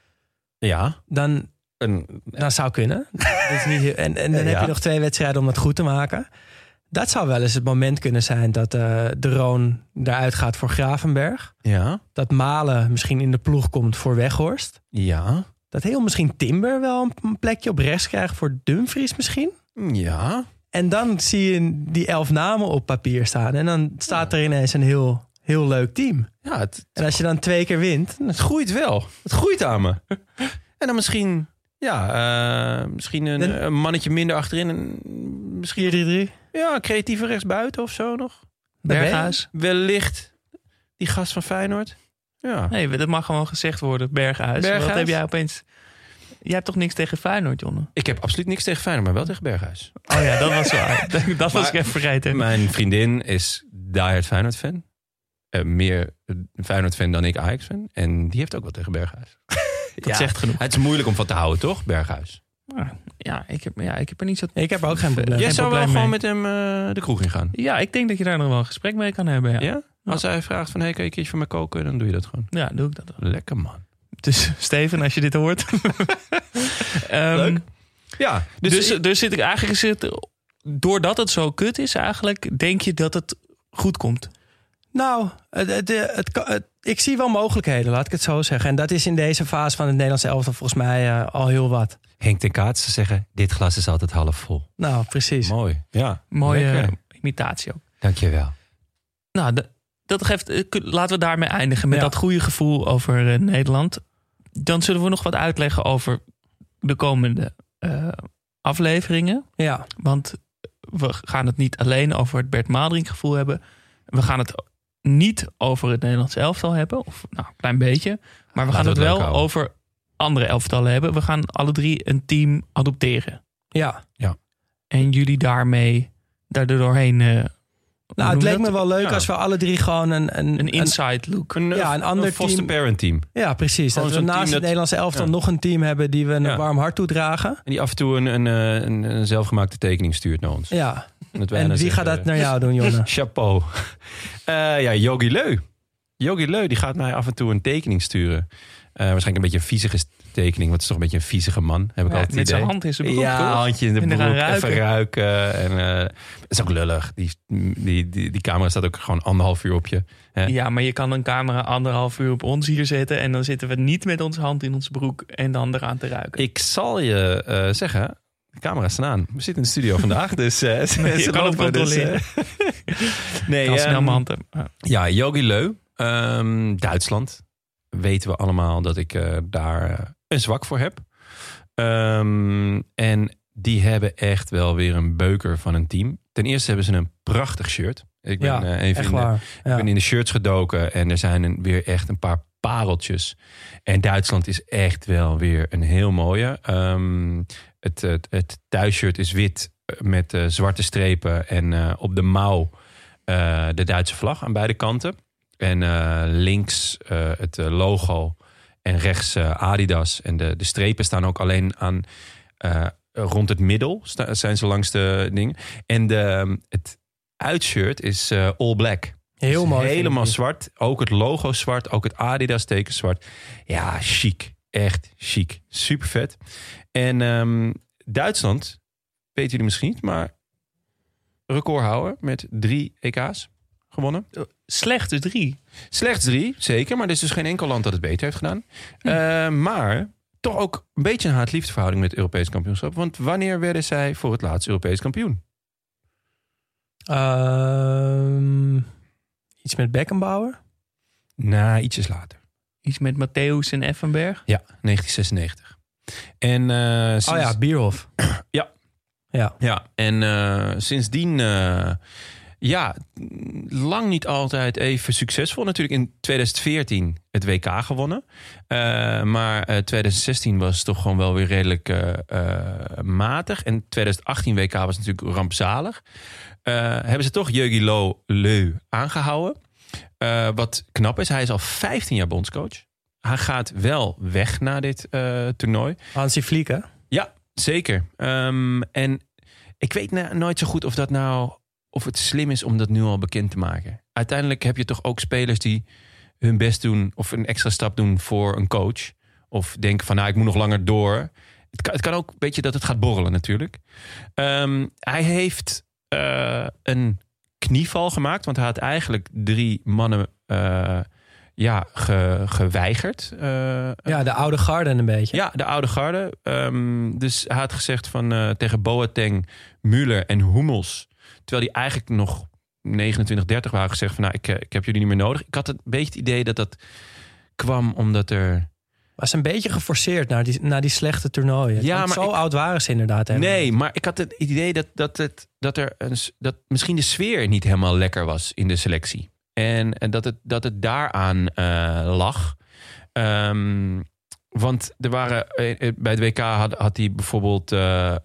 Ja. Dan zou kunnen. Dat is niet en dan heb je nog 2 wedstrijden om dat goed te maken. Dat zou wel eens het moment kunnen zijn dat de Roon eruit gaat voor Gravenberg. Ja. Dat Malen misschien in de ploeg komt voor Weghorst. Ja. Dat heel misschien Timber wel een plekje op rechts krijgt voor Dumfries misschien. Ja. En dan zie je die 11 namen op papier staan. En dan staat er ineens een heel heel leuk team. Ja, En als je dan 2 keer wint... het groeit wel. Het groeit aan me. En dan misschien een mannetje minder achterin. En misschien 4-3-3. Ja, creatieve rechtsbuiten of zo nog. Berghuis. Wellicht die gast van Feyenoord. Ja. Nee, dat mag gewoon gezegd worden. Berghuis. Wat heb jij opeens... Jij hebt toch niks tegen Feyenoord, Jonne? Ik heb absoluut niks tegen Feyenoord, maar wel tegen Berghuis. Oh ja, dat was waar. Dat was ik even vergeten. Mijn vriendin is diehard Feyenoord-fan. Meer Feyenoord-fan dan ik Ajax-fan. En die heeft ook wel tegen Berghuis. Dat zegt genoeg. Het is moeilijk om van te houden, toch, Berghuis? Ja, ik heb er niet zo... Ik heb er ook geen probleem. Jij geen zou wel probleem gewoon mee. met hem de kroeg in gaan. Ja, ik denk dat je daar nog wel een gesprek mee kan hebben. Ja, Als hij vraagt van, hey, kan je een keertje voor mij koken? Dan doe je dat gewoon. ja doe ik dat wel. Lekker, man. Dus Steven, als je dit hoort. Leuk. Ja, Dus zit ik eigenlijk... Doordat het zo kut is eigenlijk... Denk je dat het goed komt? Nou, ik zie wel mogelijkheden, laat ik het zo zeggen. En dat is in deze fase van het Nederlandse elftal volgens mij al heel wat. Henk ten Kaatse zeggen, dit glas is altijd half vol. Nou, precies. Mooi, ja. Mooie imitatie ook. Dankjewel. Nou, dat geeft... Laten we daarmee eindigen. Met dat goede gevoel over Nederland. Dan zullen we nog wat uitleggen over de komende afleveringen. Ja. Want we gaan het niet alleen over het Bert Maalderink gevoel hebben. We gaan het niet over het Nederlands elftal hebben. Of nou, een klein beetje. Maar we gaan het wel over andere elftallen hebben. We gaan alle 3 een team adopteren. Ja. En jullie daarmee doorheen... Nou, het leek me wel leuk als we alle 3 gewoon een inside look. Een ander foster team. parent team. Ja, precies. Gewoon dat we naast het Nederlandse elftal nog een team hebben die we een warm hart toedragen. En die af en toe een zelfgemaakte tekening stuurt naar ons. Ja. En wie gaat dat naar jou doen, Jonne? Chapeau. Yogi Leu. Yogi Leu die gaat mij af en toe een tekening sturen. Waarschijnlijk een beetje een viezige tekening. Want het is toch een beetje een viezige man. Heb ik altijd met zijn hand in zijn broek. Ja, handje in de broek. Ruiken. Even ruiken. En het is ook lullig. Die camera staat ook gewoon 1,5 uur op je. Hè? Ja, maar je kan een camera 1,5 uur op ons hier zetten. En dan zitten we niet met onze hand in onze broek. En dan eraan te ruiken. Ik zal je zeggen... De camera's staan aan. We zitten in de studio vandaag. Dus je kan het controleren. Nee, kan snel mijn hand hebben. Ja, Yogi Leu. Duitsland. Weten we allemaal dat ik daar een zwak voor heb. En die hebben echt wel weer een beuker van een team. Ten eerste hebben ze een prachtig shirt. Ik ben ben in de shirts gedoken. En er zijn weer echt een paar pareltjes. En Duitsland is echt wel weer een heel mooie. Het thuisshirt is wit met zwarte strepen. En op de mouw de Duitse vlag aan beide kanten. En links het logo en rechts Adidas. En de strepen staan ook alleen aan rond het middel. Zijn ze langs de dingen. En het uitshirt is all black. Heel dus mooi. Helemaal zwart. Ook het logo zwart. Ook het Adidas teken zwart. Ja, chic. Echt chic. Super vet. En Duitsland, weten jullie misschien niet, maar recordhouder met 3 EK's gewonnen. Slechts 3. Slechts 3, zeker. Maar er is dus geen enkel land dat het beter heeft gedaan. Maar toch ook een beetje een haat-liefdeverhouding met het Europees kampioenschap. Want wanneer werden zij voor het laatst Europees kampioen? Iets met Beckenbauer? Nou, ietsjes later. Iets met Matthäus en Effenberg? Ja, 1996. En Bierhoff. Ja. En sindsdien... lang niet altijd even succesvol. Natuurlijk in 2014 het WK gewonnen. Maar 2016 was toch gewoon wel weer redelijk matig. En 2018 WK was natuurlijk rampzalig. Hebben ze toch Yogi Leu aangehouden. Wat knap is, hij is al 15 jaar bondscoach. Hij gaat wel weg na dit toernooi. Hansi Flick, hè? Ja, zeker. En ik weet nooit zo goed of het slim is om dat nu al bekend te maken. Uiteindelijk heb je toch ook spelers die hun best doen of een extra stap doen voor een coach. Of denken van, ik moet nog langer door. Het kan ook een beetje dat het gaat borrelen natuurlijk. Hij heeft een knieval gemaakt, want hij had eigenlijk 3 mannen geweigerd. De oude garde een beetje. Ja, de oude garde. Dus hij had gezegd van tegen Boateng, Müller en Hummels, terwijl die eigenlijk nog 29, 30 waren gezegd van... nou, ik heb jullie niet meer nodig. Ik had een beetje het idee dat kwam omdat er... Was een beetje geforceerd naar die slechte toernooien. Ja, want maar zo oud waren ze inderdaad. Helemaal. Nee, maar ik had het idee dat misschien de sfeer niet helemaal lekker was in de selectie. En dat het daaraan lag. Want er waren bij het WK had hij bijvoorbeeld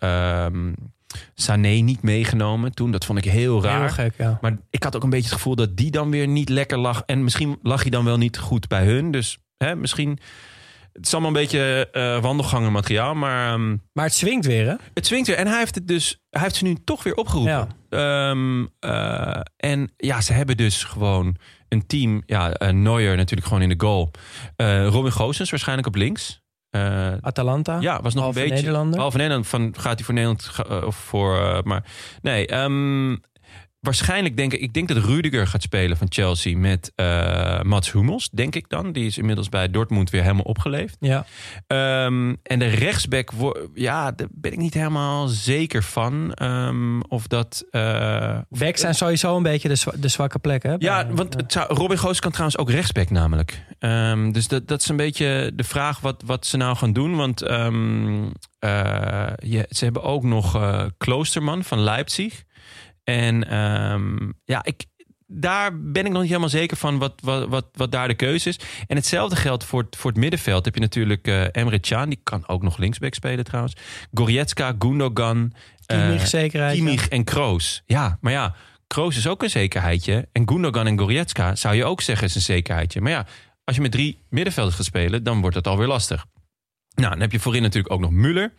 Sané niet meegenomen toen. Dat vond ik heel raar. Heel gek, ja. Maar ik had ook een beetje het gevoel dat die dan weer niet lekker lag. En misschien lag hij dan wel niet goed bij hun. Dus misschien... Het is allemaal een beetje wandelgangenmateriaal, maar... Maar het swingt weer, hè? Het swingt weer. En hij heeft ze nu toch weer opgeroepen. Ja. En ja, ze hebben dus gewoon een team. Ja, Neuer natuurlijk gewoon in de goal. Robin Gosens waarschijnlijk op links. Atalanta. Ja, was nog een beetje... Nederlander. Halve Nederland. Gaat hij voor Nederland of voor... maar nee, waarschijnlijk ik denk dat Rudiger gaat spelen van Chelsea met Mats Hummels, denk ik dan. Die is inmiddels bij Dortmund weer helemaal opgeleefd. Ja. En de rechtsback, daar ben ik niet helemaal zeker van. Of dat... Backs zijn sowieso een beetje de zwakke plek, hè? Ja, want Robin Gosens kan trouwens ook rechtsback namelijk. Dus dat is een beetje de vraag wat ze nou gaan doen. Want ze hebben ook nog Kloosterman van Leipzig. En daar ben ik nog niet helemaal zeker van wat daar de keuze is. En hetzelfde geldt voor het middenveld. Heb je natuurlijk Emre Can, die kan ook nog linksback spelen trouwens. Goretzka, Gundogan, Kimmich, zekerheid. Kimmich en Kroos. Ja, maar ja, Kroos is ook een zekerheidje. En Gundogan en Goretzka zou je ook zeggen is een zekerheidje. Maar ja, als je met 3 middenvelders gaat spelen, dan wordt het alweer lastig. Nou, dan heb je voorin natuurlijk ook nog Müller.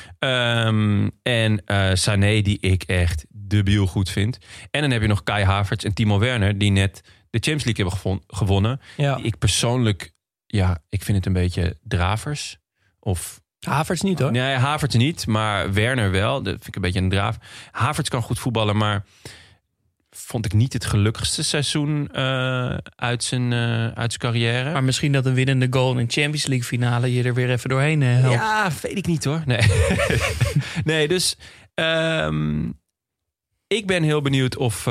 En Sané, die ik echt debiel goed vind. En dan heb je nog Kai Havertz en Timo Werner, die net de Champions League hebben gewonnen. Ja. Die ik persoonlijk, ik vind het een beetje dravers. Of Havertz niet, hoor. Nee, Havertz niet, maar Werner wel. Dat vind ik een beetje een draaf. Havertz kan goed voetballen, maar vond ik niet het gelukkigste seizoen uit zijn carrière. Maar misschien dat een winnende goal in een Champions League finale je er weer even doorheen helpt. Ja, weet ik niet, hoor. Nee, nee, dus ik ben heel benieuwd of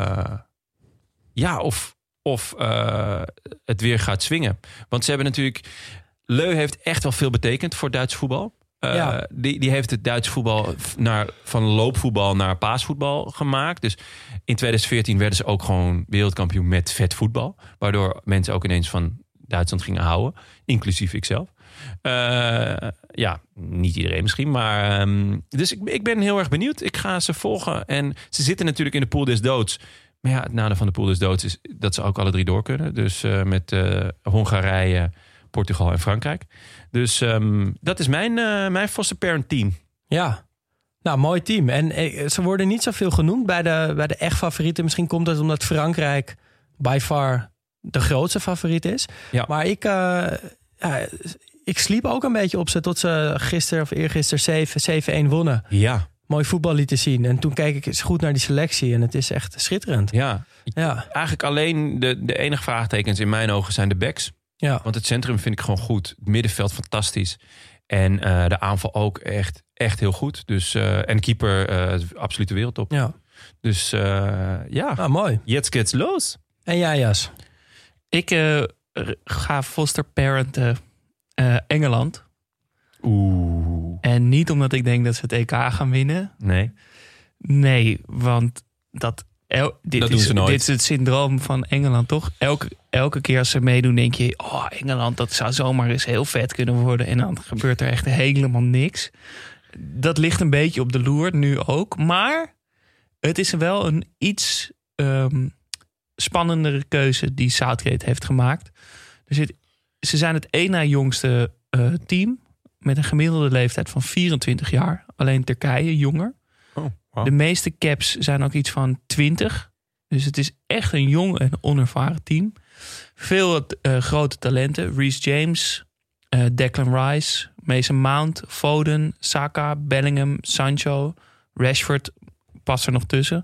het weer gaat swingen. Want ze hebben natuurlijk... Leu heeft echt wel veel betekend voor Duits voetbal. Die heeft het Duits voetbal van loopvoetbal naar paasvoetbal gemaakt. Dus in 2014 werden ze ook gewoon wereldkampioen met vet voetbal. Waardoor mensen ook ineens van Duitsland gingen houden. Inclusief ikzelf. Niet iedereen misschien. Maar dus ik ben heel erg benieuwd. Ik ga ze volgen. En ze zitten natuurlijk in de pool des doods. Maar ja, het nadeel van de pool des doods is dat ze ook alle 3 door kunnen. Dus met Hongarije, Portugal en Frankrijk. Dus dat is mijn foster parent team. Ja, nou, mooi team. En ze worden niet zoveel genoemd bij de echt favorieten. Misschien komt dat omdat Frankrijk by far de grootste favoriet is. Ja. Maar ik sliep ook een beetje op ze tot ze gisteren of eergisteren 7-1 wonnen. Ja. Mooi voetbal lieten zien. En toen keek ik eens goed naar die selectie. En het is echt schitterend. Ja. Eigenlijk alleen de enige vraagtekens in mijn ogen zijn de backs. Ja. Want het centrum vind ik gewoon goed. Het middenveld fantastisch. En de aanval ook echt heel goed. Dus, en keeper absolute wereldtop. Ja. Dus mooi. Jetzt geht's los. En jij, Jas? Ik ga foster parenten Engeland. Oeh. En niet omdat ik denk dat ze het EK gaan winnen. Nee, want dit is het syndroom van Engeland, toch? Elke keer als ze meedoen denk je... Engeland, dat zou zomaar eens heel vet kunnen worden. En dan gebeurt er echt helemaal niks. Dat ligt een beetje op de loer, nu ook. Maar het is wel een iets spannendere keuze die Southgate heeft gemaakt. Ze zijn het één na jongste team... met een gemiddelde leeftijd van 24 jaar. Alleen Turkije jonger. Wow. De meeste caps zijn ook iets van 20. Dus het is echt een jong en onervaren team. Veel grote talenten. Reece James, Declan Rice, Mason Mount, Foden, Saka, Bellingham, Sancho, Rashford past er nog tussen.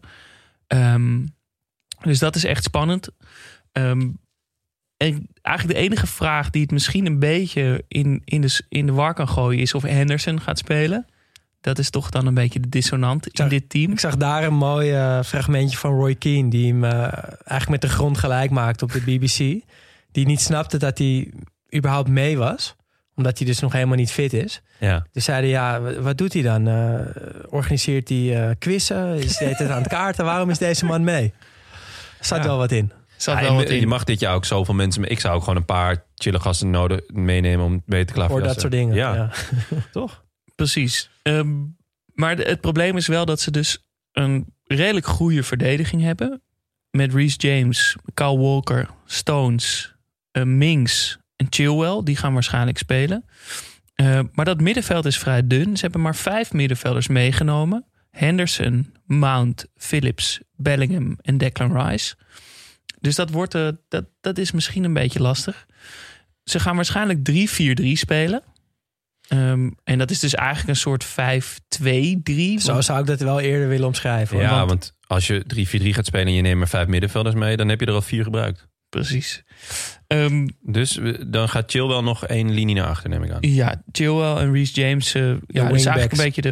Dus dat is echt spannend. En eigenlijk de enige vraag die het misschien een beetje in de war kan gooien... is of Henderson gaat spelen. Dat is toch dan een beetje de dissonant in dit team. Ik zag daar een mooi fragmentje van Roy Keane... die hem eigenlijk met de grond gelijk maakte op de BBC. Die niet snapte dat hij überhaupt mee was. Omdat hij dus nog helemaal niet fit is. Ja. Dus zeiden, wat doet hij dan? Organiseert hij quizzen? Is hij aan het kaarten? Waarom is deze man mee? Er staat wel wat in. Je mag dit jaar ook zoveel mensen... Ik zou ook gewoon een paar chille gasten nodig meenemen om mee te klaverjassen. Voor dat soort dingen. Ja. Toch? Precies. Maar het probleem is wel dat ze dus een redelijk goede verdediging hebben. Met Reece James, Kyle Walker, Stones, Mings en Chilwell. Die gaan waarschijnlijk spelen. Maar dat middenveld is vrij dun. Ze hebben maar 5 middenvelders meegenomen. Henderson, Mount, Phillips, Bellingham en Declan Rice. Dus dat is misschien een beetje lastig. Ze gaan waarschijnlijk 3-4-3 spelen. En dat is dus eigenlijk een soort 5-2-3. Zo zou ik dat wel eerder willen omschrijven. Hoor. Ja, want als je 3-4-3 gaat spelen en je neemt maar 5 middenvelders mee... dan heb je er al 4 gebruikt. Precies. Dus dan gaat Chilwell nog 1 linie naar achter, neem ik aan. Ja, Chilwell en Reece James. Dat is eigenlijk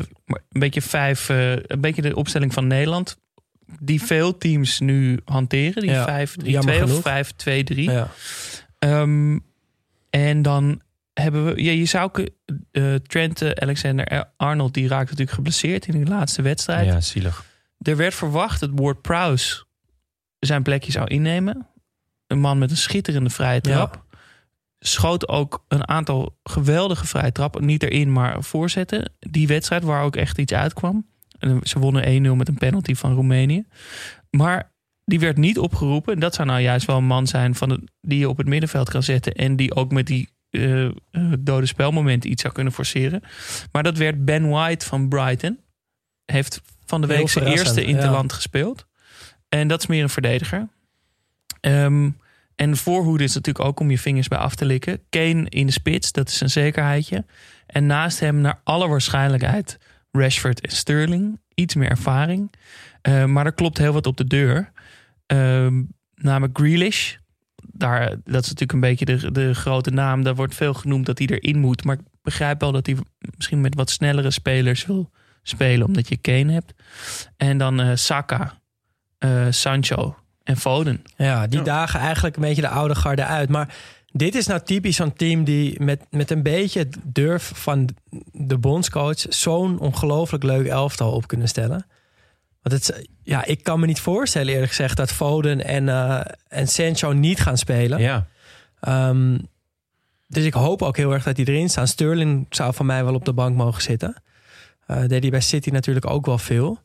een beetje de opstelling van Nederland... die veel teams nu hanteren. Die 5-3-2 of 5-2-3. Ja. En dan hebben we... je zou Trent Alexander-Arnold... die raakt natuurlijk geblesseerd in de laatste wedstrijd. Ja, zielig. Er werd verwacht dat Ward-Prowse zijn plekje zou innemen. Een man met een schitterende vrije trap. Ja. Schoot ook een aantal geweldige vrije trappen. Niet erin, maar voorzetten. Die wedstrijd waar ook echt iets uitkwam. Ze wonnen 1-0 met een penalty van Roemenië. Maar die werd niet opgeroepen. Dat zou nou juist wel een man zijn die je op het middenveld kan zetten. En die ook met die dode spelmomenten iets zou kunnen forceren. Maar dat werd Ben White van Brighton. Heeft van de week zijn eerste interland gespeeld. En dat is meer een verdediger. En voorhoede is natuurlijk ook om je vingers bij af te likken. Kane in de spits, dat is een zekerheidje. En naast hem naar alle waarschijnlijkheid Rashford en Sterling. Iets meer ervaring. Maar er klopt heel wat op de deur. Namelijk Grealish. Dat is natuurlijk een beetje de grote naam. Daar wordt veel genoemd dat hij erin moet. Maar ik begrijp wel dat hij misschien met wat snellere spelers wil spelen. Omdat je Kane hebt. En dan Saka, Sancho en Foden. Ja, die dagen eigenlijk een beetje de oude garde uit. Maar dit is nou typisch zo'n team die met een beetje durf van de bondscoach zo'n ongelooflijk leuk elftal op kunnen stellen. Want ik kan me niet voorstellen eerlijk gezegd dat Foden en Sancho niet gaan spelen. Ja. Dus ik hoop ook heel erg dat die erin staan. Sterling zou van mij wel op de bank mogen zitten. Deed hij bij City natuurlijk ook wel veel.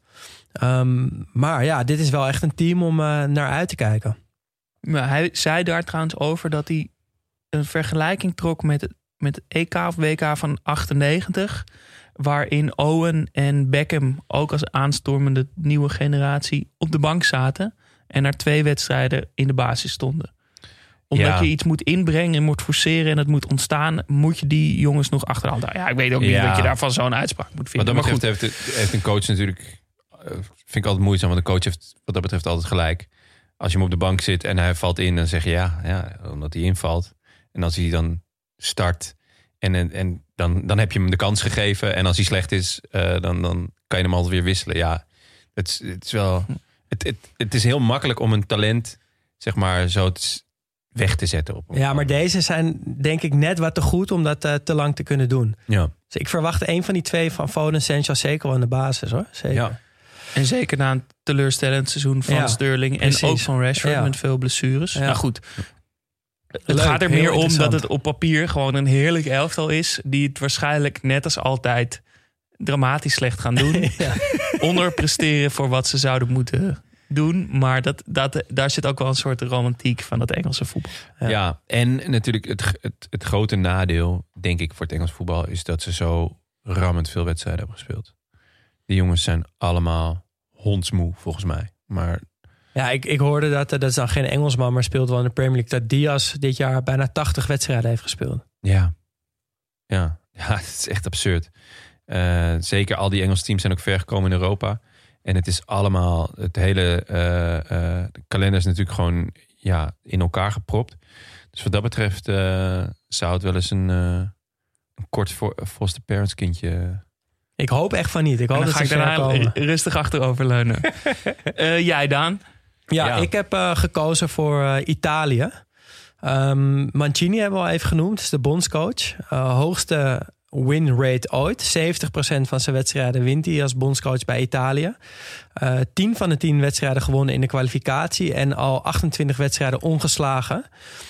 Maar ja, dit is wel echt een team om naar uit te kijken. Maar hij zei daar trouwens over dat hij een vergelijking trok met het EK of WK van 98... waarin Owen en Beckham ook als aanstormende nieuwe generatie op de bank zaten en naar 2 wedstrijden in de basis stonden. Omdat je iets moet inbrengen en moet forceren en het moet ontstaan, moet je die jongens nog achterhand. Ja, ik weet ook niet dat je daarvan zo'n uitspraak moet vinden. Wat dat betreft heeft een coach natuurlijk, vind ik altijd moeizaam, want de coach heeft wat dat betreft altijd gelijk. Als je hem op de bank zit en hij valt in, dan zeg je ja, omdat hij invalt. En als hij dan start en dan heb je hem de kans gegeven. En als hij slecht is, dan kan je hem altijd weer wisselen. Ja, het is wel. Het is heel makkelijk om een talent, zeg maar, zo weg te zetten. Ja, maar deze zijn denk ik net wat te goed om dat te lang te kunnen doen. Ja. Dus ik verwacht een van die 2 van Foden en Sancho zeker wel in de basis, hoor. Zeker. Ja. En zeker na een teleurstellend seizoen van Sterling en ook van Rashford met veel blessures. Ja. Nou goed, het gaat er meer om dat het op papier gewoon een heerlijk elftal is, die het waarschijnlijk net als altijd dramatisch slecht gaan doen. Onderpresteren voor wat ze zouden moeten doen. Maar daar zit ook wel een soort romantiek van het Engelse voetbal. Ja, en natuurlijk het grote nadeel, denk ik, voor het Engels voetbal is dat ze zo rammend veel wedstrijden hebben gespeeld. Die jongens zijn allemaal hondsmoe, volgens mij. Maar ja, ik hoorde dat is dan geen Engelsman, maar speelt wel in de Premier League, dat Diaz dit jaar bijna 80 wedstrijden heeft gespeeld. Ja, het is echt absurd. Zeker al die Engelse teams zijn ook ver gekomen in Europa. En het is allemaal, het hele de kalender is natuurlijk gewoon in elkaar gepropt. Dus wat dat betreft zou het wel eens een kort foster parents kindje Ik hoop echt van niet. Ik hoop En dan dat ga ze ik ver daarna komen. rustig achteroverleunen. Jij, Daan? Ja, ik heb gekozen voor Italië. Mancini hebben we al even genoemd. Dat is de bondscoach. Hoogste win rate ooit. 70% van zijn wedstrijden wint hij als bondscoach bij Italië. 10 van de 10 wedstrijden gewonnen in de kwalificatie. En al 28 wedstrijden ongeslagen.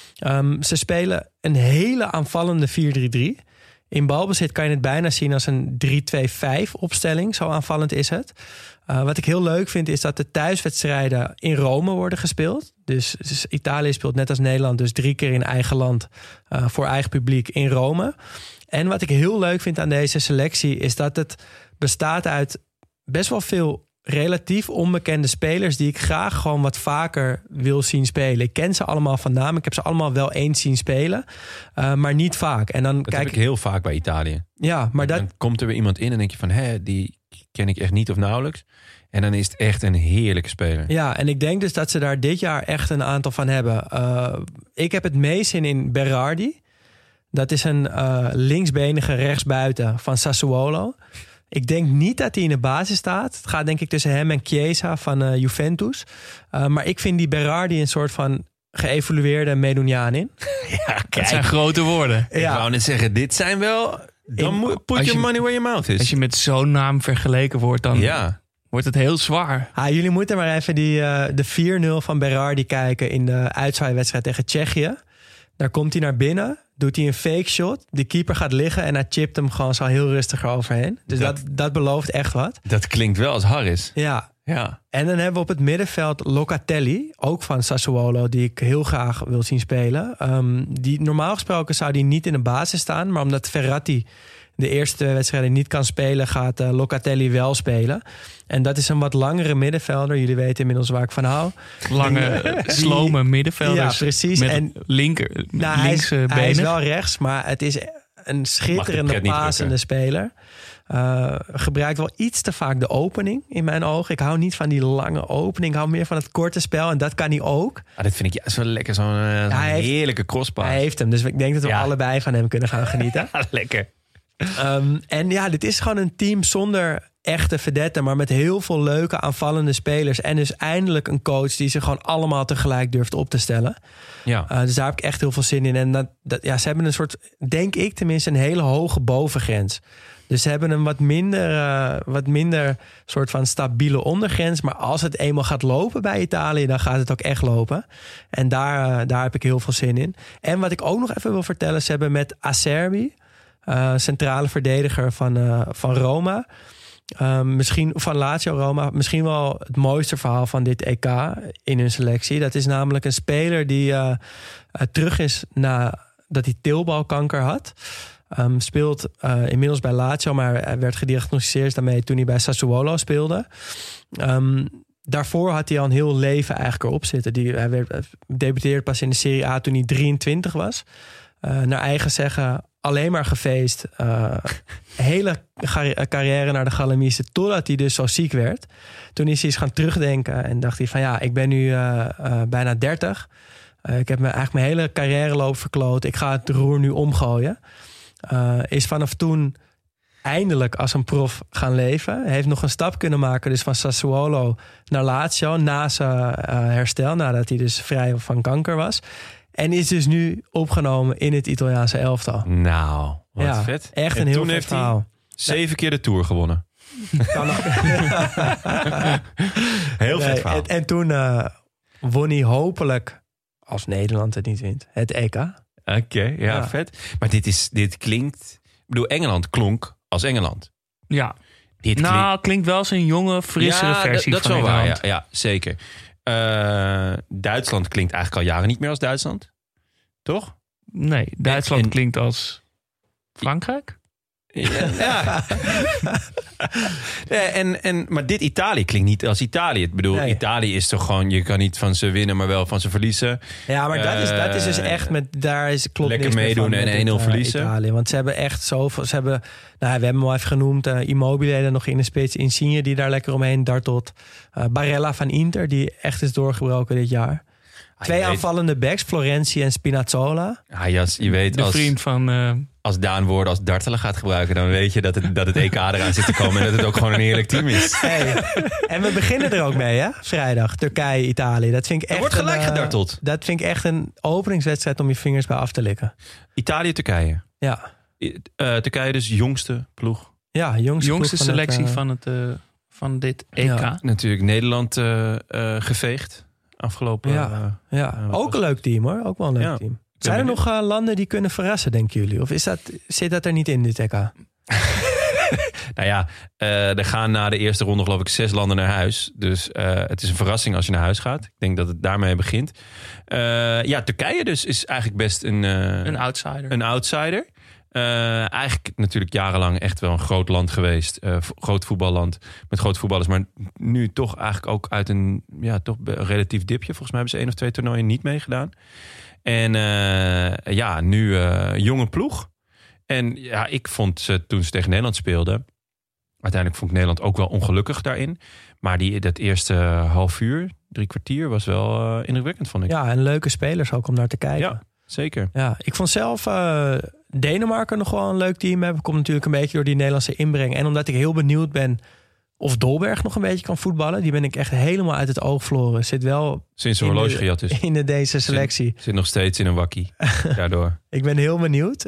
Ze spelen een hele aanvallende 4-3-3. In balbezit kan je het bijna zien als een 3-2-5 opstelling. Zo aanvallend is het. Wat ik heel leuk vind is dat de thuiswedstrijden in Rome worden gespeeld. Dus Italië speelt net als Nederland dus 3 keer in eigen land voor eigen publiek in Rome. En wat ik heel leuk vind aan deze selectie is dat het bestaat uit best wel veel relatief onbekende spelers die ik graag gewoon wat vaker wil zien spelen. Ik ken ze allemaal van naam. Ik heb ze allemaal wel eens zien spelen, maar niet vaak. En dan Dat heb ik heel vaak bij Italië. Ja, maar Dan komt er weer iemand in en denk je van... die ken ik echt niet of nauwelijks. En dan is het echt een heerlijke speler. Ja, en ik denk dus dat ze daar dit jaar echt een aantal van hebben. Ik heb het meest zin in Berardi. Dat is een linksbenige rechtsbuiten van Sassuolo. Ik denk niet dat hij in de basis staat. Het gaat denk ik tussen hem en Chiesa van Juventus. Maar ik vind die Berardi een soort van geëvolueerde Medunjaan in. Ja, kijk. Dat zijn grote woorden. Ik wou net zeggen, dit zijn wel... Dan put your money where your mouth is. Als je met zo'n naam vergeleken wordt, dan wordt het heel zwaar. Jullie moeten maar even de 4-0 van Berardi kijken in de uitzwaaiwedstrijd tegen Tsjechië. Daar komt hij naar binnen, doet hij een fake shot. De keeper gaat liggen en hij chipt hem gewoon zo heel rustig eroverheen. Dus dat belooft echt wat. Dat klinkt wel als Harris. Ja. Ja. En dan hebben we op het middenveld Locatelli, ook van Sassuolo, die ik heel graag wil zien spelen. Normaal gesproken zou die niet in de basis staan, maar omdat Verratti de eerste wedstrijden niet kan spelen, gaat Locatelli wel spelen. En dat is een wat langere middenvelder. Jullie weten inmiddels waar ik van hou. Lange, slome middenvelders. Ja, precies. Met en linkse benen. Hij is wel rechts, maar het is een schitterende pasende speler. Gebruikt wel iets te vaak de opening in mijn ogen. Ik hou niet van die lange opening. Ik hou meer van het korte spel. En dat kan hij ook. Dit vind ik zo lekker. Zo'n heerlijke crosspass. Hij heeft hem. Dus ik denk dat we allebei van hem kunnen gaan genieten. Lekker. En dit is gewoon een team zonder echte vedetten, maar met heel veel leuke aanvallende spelers. En dus eindelijk een coach die ze gewoon allemaal tegelijk durft op te stellen. Ja. Dus daar heb ik echt heel veel zin in. En ze hebben een soort, denk ik tenminste, een hele hoge bovengrens. Dus ze hebben een wat minder soort van stabiele ondergrens. Maar als het eenmaal gaat lopen bij Italië, dan gaat het ook echt lopen. En daar heb ik heel veel zin in. En wat ik ook nog even wil vertellen, ze hebben met Acerbi, centrale verdediger van Roma, misschien van Lazio Roma, misschien wel het mooiste verhaal van dit EK in hun selectie. Dat is namelijk een speler die terug is nadat hij teelbalkanker had. Speelt inmiddels bij Lazio, maar hij werd gediagnosticeerd daarmee toen hij bij Sassuolo speelde. Daarvoor had hij al een heel leven eigenlijk erop zitten. Hij debuteerde pas in de Serie A toen hij 23 was. Naar eigen zeggen alleen maar gefeest. Hele carrière naar de Galamiezen, totdat hij dus zo ziek werd. Toen is hij eens gaan terugdenken en dacht hij van ik ben nu bijna 30. Ik heb eigenlijk mijn hele carrière lopen verkloot. Ik ga het roer nu omgooien. Is vanaf toen eindelijk als een prof gaan leven. Heeft nog een stap kunnen maken, dus van Sassuolo naar Lazio na zijn herstel, nadat hij dus vrij van kanker was. En is dus nu opgenomen in het Italiaanse elftal. Nou, wat vet. Echt en een heel toen vet heeft verhaal. hij 7 keer de Tour gewonnen. Heel vet verhaal. En toen won hij hopelijk, als Nederland het niet wint, het EK. Oké, ja, vet. Maar dit klinkt... Ik bedoel, Engeland klonk als Engeland. Ja. Klinkt wel als een jonge, frissere versie dat van is wel Engeland. waar, ja, zeker. Duitsland klinkt eigenlijk al jaren niet meer als Duitsland. Toch? Nee, Duitsland klinkt als Frankrijk. Ja. Maar dit Italië klinkt niet als Italië. Ik bedoel, Italië is toch gewoon... Je kan niet van ze winnen, maar wel van ze verliezen. Ja, maar dat is dus echt... klopt lekker meedoen en 1-0 verliezen. Italië, want ze hebben echt zoveel... we hebben hem al even genoemd. Immobile nog in de spits. Insigne die daar lekker omheen dartelt. Barella van Inter, die echt is doorgebroken dit jaar. 2 aanvallende backs, Florenzi en Spinazzola. Je weet, de vriend van als Daan woorden als dartelen gaat gebruiken... dan weet je dat het EK eraan zit te komen... en dat het ook gewoon een heerlijk team is. Hey. En we beginnen er ook mee, hè? Vrijdag, Turkije, Italië. Dat vind ik echt wordt gelijk gedarteld. Dat vind ik echt een openingswedstrijd om je vingers bij af te likken. Italië, Turkije. Ja. Turkije dus jongste ploeg. Ja, jongste selectie van dit EK. Ja. Natuurlijk Nederland geveegd afgelopen... Ook een leuk team, hoor. Ook wel een leuk team. Zijn er nog landen die kunnen verrassen, denken jullie? Of zit dat er niet in, dit EK? Nou ja, er gaan na de eerste ronde geloof ik 6 landen naar huis. Dus het is een verrassing als je naar huis gaat. Ik denk dat het daarmee begint. Turkije dus is eigenlijk best een outsider. Een outsider. Eigenlijk natuurlijk jarenlang echt wel een groot land geweest. Groot voetballand met grote voetballers. Maar nu toch eigenlijk ook uit een toch relatief dipje. Volgens mij hebben ze 1 of 2 toernooien niet meegedaan. En nu jonge ploeg. En ja, ik vond ze toen ze tegen Nederland speelden... uiteindelijk vond ik Nederland ook wel ongelukkig daarin. Maar dat eerste half uur, 3 kwartier... was wel indrukwekkend, vond ik. Ja, en leuke spelers ook om naar te kijken. Ja, zeker. Ja, ik vond zelf Denemarken nog wel een leuk team hebben. Komt natuurlijk een beetje door die Nederlandse inbreng. En omdat ik heel benieuwd ben of Dolberg nog een beetje kan voetballen. Die ben ik echt helemaal uit het oog verloren. Zit wel sinds een horloge gejat is. In deze selectie. Zit nog steeds in een wakkie. Daardoor. Ik ben heel benieuwd.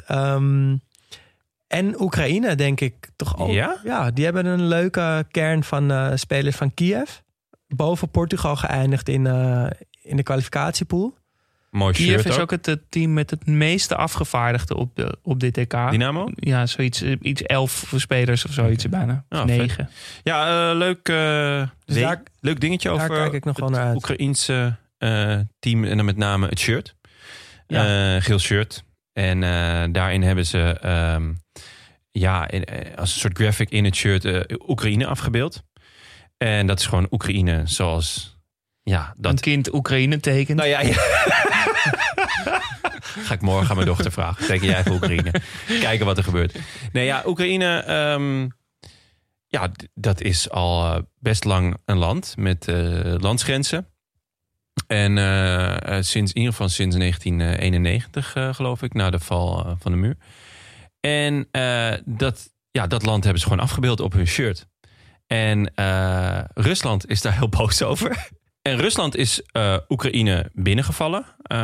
En Oekraïne, denk ik toch ook. Ja, die hebben een leuke kern van spelers van Kiev. Boven Portugal geëindigd in de kwalificatiepool. Mooi shirt Kiev is ook het team met het meeste afgevaardigden op dit EK. Dynamo? Ja, zoiets 11 spelers of zoiets bijna. 9. Ja, leuk, leuk dingetje over kijk ik nog wel naar uit. Het Oekraïense team. En dan met name het shirt. Geel shirt. En daarin hebben ze als een soort graphic in het shirt Oekraïne afgebeeld. En dat is gewoon Oekraïne zoals... Ja, dat... Een kind Oekraïne tekent. Nou ja. Ga ik morgen aan mijn dochter vragen. Teken jij voor Oekraïne? Kijken wat er gebeurt. Nee, ja, Oekraïne... dat is al best lang een land met landsgrenzen. En in ieder geval sinds 1991, geloof ik, na de val van de muur. En dat land hebben ze gewoon afgebeeld op hun shirt. En Rusland is daar heel boos over. En Rusland is Oekraïne binnengevallen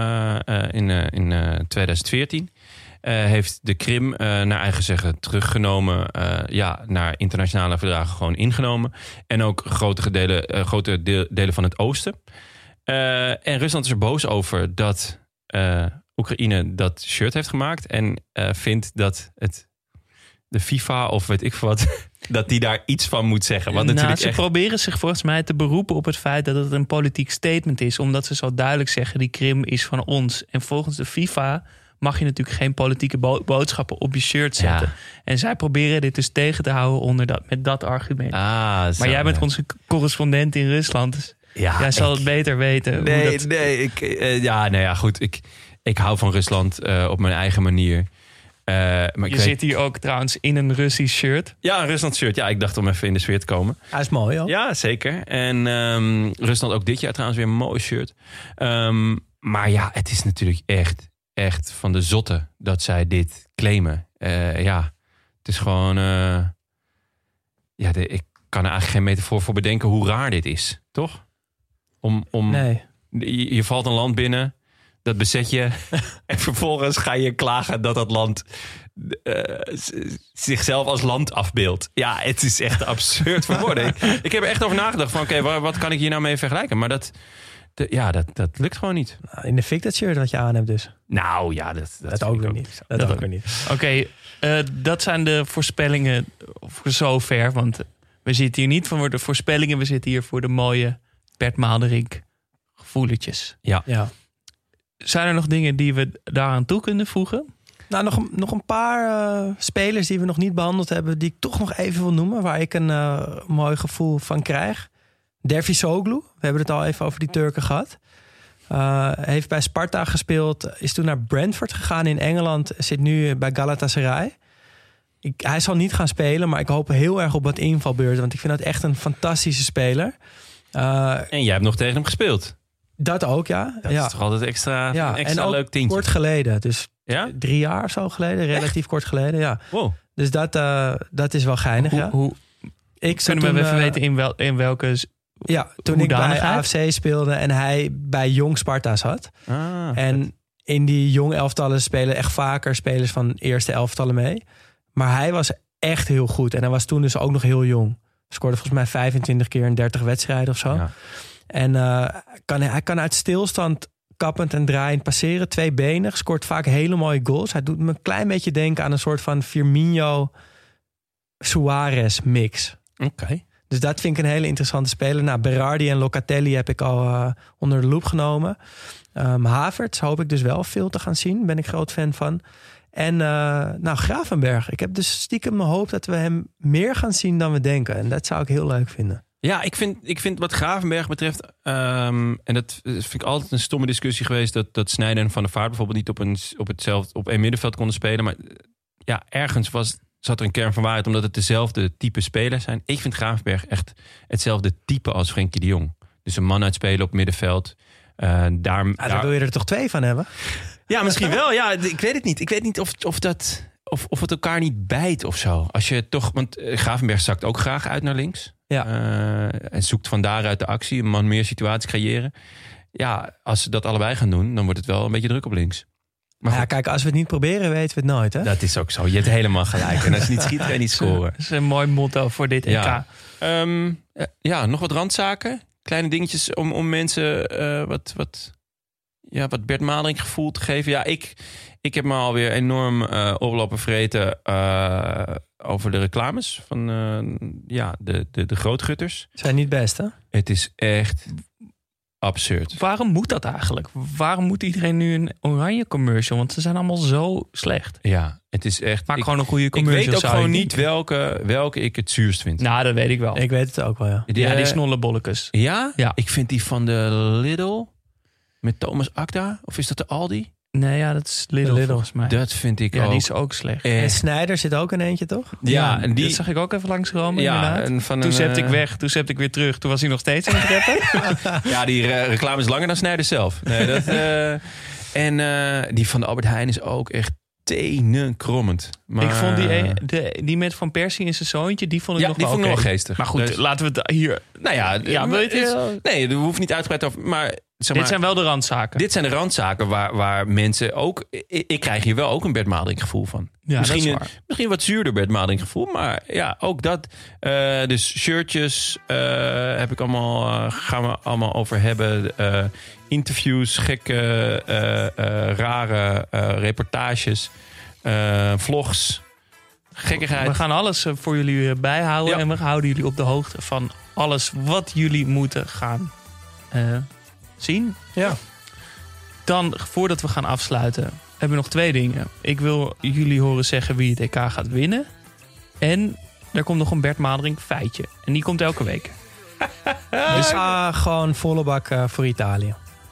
in 2014. Heeft de Krim naar eigen zeggen teruggenomen. Naar internationale verdragen gewoon ingenomen. En ook grote delen van het oosten. En Rusland is er boos over dat Oekraïne dat shirt heeft gemaakt. En vindt dat de FIFA of weet ik wat... dat die daar iets van moet zeggen. Want ze proberen zich volgens mij te beroepen op het feit dat het een politiek statement is. Omdat ze zo duidelijk zeggen, die Krim is van ons. En volgens de FIFA mag je natuurlijk geen politieke boodschappen op je shirt zetten. Ja. En zij proberen dit dus tegen te houden met dat argument. Maar jij bent onze correspondent in Rusland. Dus jij zal het beter weten. Goed. Ik hou van Rusland op mijn eigen manier. Maar je zit hier ook trouwens in een Russisch shirt. Ja, een Rusland shirt. Ja, ik dacht om even in de sfeer te komen. Hij is mooi, hoor. Ja, zeker. En Rusland ook dit jaar trouwens weer een mooi shirt. Maar ja, het is natuurlijk echt van de zotte dat zij dit claimen. Het is gewoon... ik kan er eigenlijk geen metafoor voor bedenken hoe raar dit is. Toch? Nee. Je valt een land binnen... Dat bezet je. En vervolgens ga je klagen dat dat land zichzelf als land afbeeldt. Ja, het is echt absurd voor woorden. Ik heb er echt over nagedacht van oké, wat kan ik hier nou mee vergelijken? Maar dat lukt gewoon niet. In de fik dat shirt wat je aan hebt dus. Nou ja, dat ook weer niet. Dat ook weer niet. Oké, dat zijn de voorspellingen voor zover. Want we zitten hier niet voor de voorspellingen. We zitten hier voor de mooie Bert Maalderink gevoeletjes. Ja. Zijn er nog dingen die we daaraan toe kunnen voegen? Nou, nog een paar spelers die we nog niet behandeld hebben... die ik toch nog even wil noemen... waar ik een mooi gevoel van krijg. Dervisoglu, we hebben het al even over die Turken gehad. Heeft bij Sparta gespeeld, is toen naar Brentford gegaan in Engeland... zit nu bij Galatasaray. Hij zal niet gaan spelen, maar ik hoop heel erg op wat invalbeurten... want ik vind dat echt een fantastische speler. En jij hebt nog tegen hem gespeeld. Dat ook, ja. Dat is toch altijd extra en leuk tientje. Kort geleden. Dus Ja? 3 jaar of zo geleden. Relatief kort geleden, ja. Wow. Dus dat is wel geinig, ja. Kunnen we even weten in welke... Ja, toen ik bij AFC speelde en hij bij Jong Sparta zat. En in die jong elftallen spelen echt vaker spelers van eerste elftallen mee. Maar hij was echt heel goed. En hij was toen dus ook nog heel jong. Scoorde volgens mij 25 keer in 30 wedstrijden of zo. Ja. En hij kan uit stilstand kappend en draaiend passeren. 2-benig, scoort vaak hele mooie goals. Hij doet me een klein beetje denken aan een soort van Firmino Suarez mix. Oké. Dus dat vind ik een hele interessante speler. Nou, Berardi en Locatelli heb ik al onder de loep genomen. Havertz hoop ik dus wel veel te gaan zien. Ben ik groot fan van. En Gravenberch. Ik heb dus stiekem mijn hoop dat we hem meer gaan zien dan we denken. En dat zou ik heel leuk vinden. Ja, ik vind wat Gravenberch betreft... en dat vind ik altijd een stomme discussie geweest... dat Sneijder en Van der Vaart bijvoorbeeld niet op één middenveld konden spelen. Maar ja, ergens zat er een kern van waarheid... omdat het dezelfde type spelers zijn. Ik vind Gravenberch echt hetzelfde type als Frenkie de Jong. Dus een man uitspelen op middenveld. Daar wil je er toch 2 van hebben? Ja, misschien wel. Ja, ik weet het niet. Ik weet niet of het elkaar niet bijt of zo. Als je toch, want Gravenberch zakt ook graag uit naar links. Ja. En zoekt van daaruit de actie. Een man meer situaties creëren. Ja, als ze dat allebei gaan doen, dan wordt het wel een beetje druk op links. Maar ja, kijk, als we het niet proberen, weten we het nooit. Hè? Dat is ook zo. Je hebt helemaal gelijk. En als je niet schiet, kan je niet scoren. Dat is een mooi motto voor dit EK. Ja, nog wat randzaken. Kleine dingetjes om mensen wat Bert Maalderink gevoel te geven. Ja, ik heb me alweer enorm oplopen vreten over de reclames van de grootgutters. Zijn niet best, hè? Het is echt absurd. Waarom moet dat eigenlijk? Waarom moet iedereen nu een oranje commercial? Want ze zijn allemaal zo slecht. Ja, het is echt... Maak gewoon een goede commercial. Ik weet ook gewoon niet welke ik het zuurst vind. Nou, dat weet ik wel. Ik weet het ook wel, ja. Die snollebolletjes. Ja? Ik vind die van de Lidl met Thomas Akda. Of is dat de Aldi? Nee, ja, dat is Lidl volgens mij. Dat vind ik ook. Ja, die is ook slecht. En Sneijder zit ook in eentje, toch? Ja, en dat zag ik ook even langskomen. Ja, toen zette ik weg, toen zette ik weer terug. Toen was hij nog steeds aan het rappen. Ja, die reclame is langer dan Sneijder zelf. Nee, die van de Albert Heijn is ook echt tenenkrommend. Maar ik vond die met Van Persie en zijn zoontje, die vond ik nog wel vond ik nog geestig. Maar goed, laten we het hier... Nou ja, nee, dat hoeft niet uitgebreid over. Maar dit zijn wel de randzaken. Dit zijn de randzaken waar mensen ook... Ik krijg hier wel ook een Bert Maalderink gevoel van. Ja, misschien wat zuurder Bert Maalderink gevoel. Maar ja, ook dat. Dus shirtjes heb ik gaan we allemaal over hebben. Interviews, gekke, rare reportages. Vlogs. Gekkigheid. We gaan alles voor jullie bijhouden. Ja. En we houden jullie op de hoogte van alles wat jullie moeten gaan zien. Ja. Dan, voordat we gaan afsluiten, hebben we nog 2 dingen. Ik wil jullie horen zeggen wie het EK gaat winnen. En er komt nog een Bert Maalderink feitje. En die komt elke week. Dus gewoon volle bak voor Italië.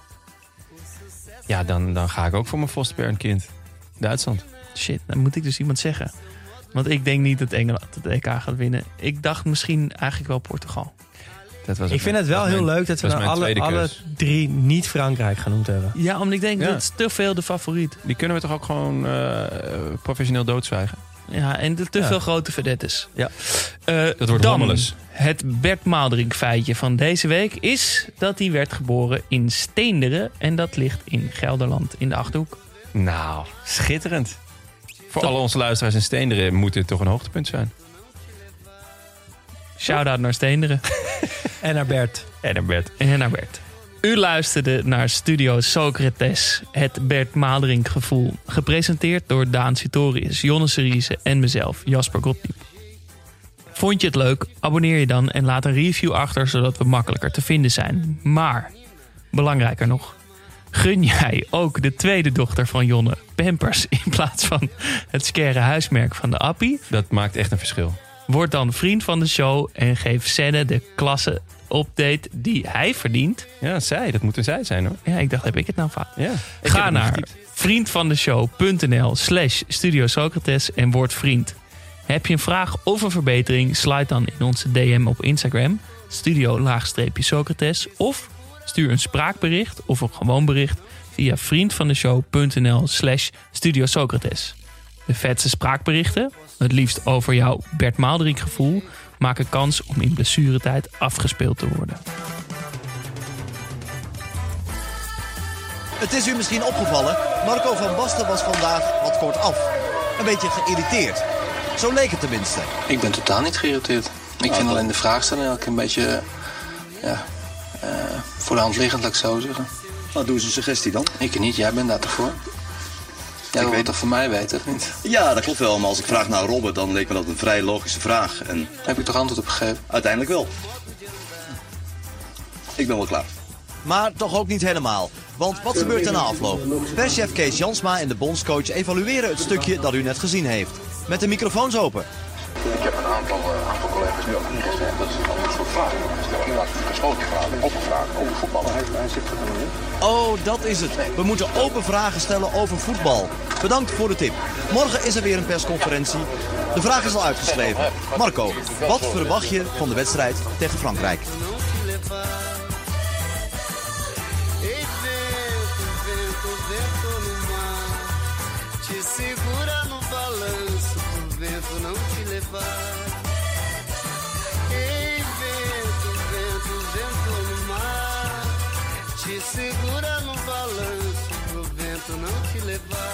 Ja, dan ga ik ook voor mijn Vostberg-kind. Duitsland. Shit, dan moet ik dus iemand zeggen. Want ik denk niet dat Engeland het EK gaat winnen. Ik dacht misschien eigenlijk wel Portugal. Ik vind het wel heel leuk dat we alle 3 niet Frankrijk genoemd hebben. Ja, omdat ik denk dat is te veel de favoriet. Die kunnen we toch ook gewoon professioneel doodzwijgen? Ja, en te veel grote vedettes. Ja. Dat wordt rommeles. Het Bert Maalderink feitje van deze week is dat hij werd geboren in Steenderen. En dat ligt in Gelderland in de Achterhoek. Nou, schitterend. Voor alle onze luisteraars in Steenderen moet dit toch een hoogtepunt zijn. Shout-out naar Steenderen. En naar Bert. En naar Bert. U luisterde naar Studio Socrates, het Bert Maalderink gevoel. Gepresenteerd door Daan Sitorius, Jonne Seriese en mezelf, Jasper Gottlieb. Vond je het leuk? Abonneer je dan en laat een review achter, zodat we makkelijker te vinden zijn. Maar, belangrijker nog, gun jij ook de tweede dochter van Jonne Pampers in plaats van het scare huismerk van de Appie? Dat maakt echt een verschil. Word dan vriend van de show en geef Senne de klasse update die hij verdient. Ja, dat moet een zij zijn, hoor. Ja, ik dacht, heb ik het nou fout? Ja, ga naar vriendvandeshow.nl/Studio Socrates en word vriend. Heb je een vraag of een verbetering? Slide dan in onze DM op Instagram, Studio-Socrates, of stuur een spraakbericht of een gewoon bericht via vriendvandeshow.nl/Studio Socrates. De vetste spraakberichten, het liefst over jouw Bert Maalderink gevoel, maken kans om in blessuretijd afgespeeld te worden. Het is u misschien opgevallen, Marco van Basten was vandaag wat kortaf. Een beetje geïrriteerd. Zo leek het tenminste. Ik ben totaal niet geïrriteerd. Ik vind alleen de vraagstelling eigenlijk een beetje voor de hand liggend, laat ik zo zeggen. Wat doe eens een suggestie dan? Ik niet, jij bent daar toch voor? Jij wil het toch van mij weten, of niet? Ja, dat klopt wel, maar als ik vraag naar Robben, dan leek me dat een vrij logische vraag. En Heb ik toch antwoord op gegeven? uiteindelijk wel. Ik ben wel klaar. Maar toch ook niet helemaal. Want wat gebeurt er na afloop? Perschef Kees Jansma en de bondscoach evalueren het stukje dat u net gezien heeft. Met de microfoons open. Ik heb een aantal collega's nu ook ingezegd dat ze dan niet voor vragen stellen. In gesloten vragen, open vragen over voetbal. Hij zit er dan in. Oh, dat is het. We moeten open vragen stellen over voetbal. Bedankt voor de tip. Morgen is er weer een persconferentie. De vraag is al uitgeschreven. Marco, wat verwacht je van de wedstrijd tegen Frankrijk? Segura no balanço pro vento não te levar.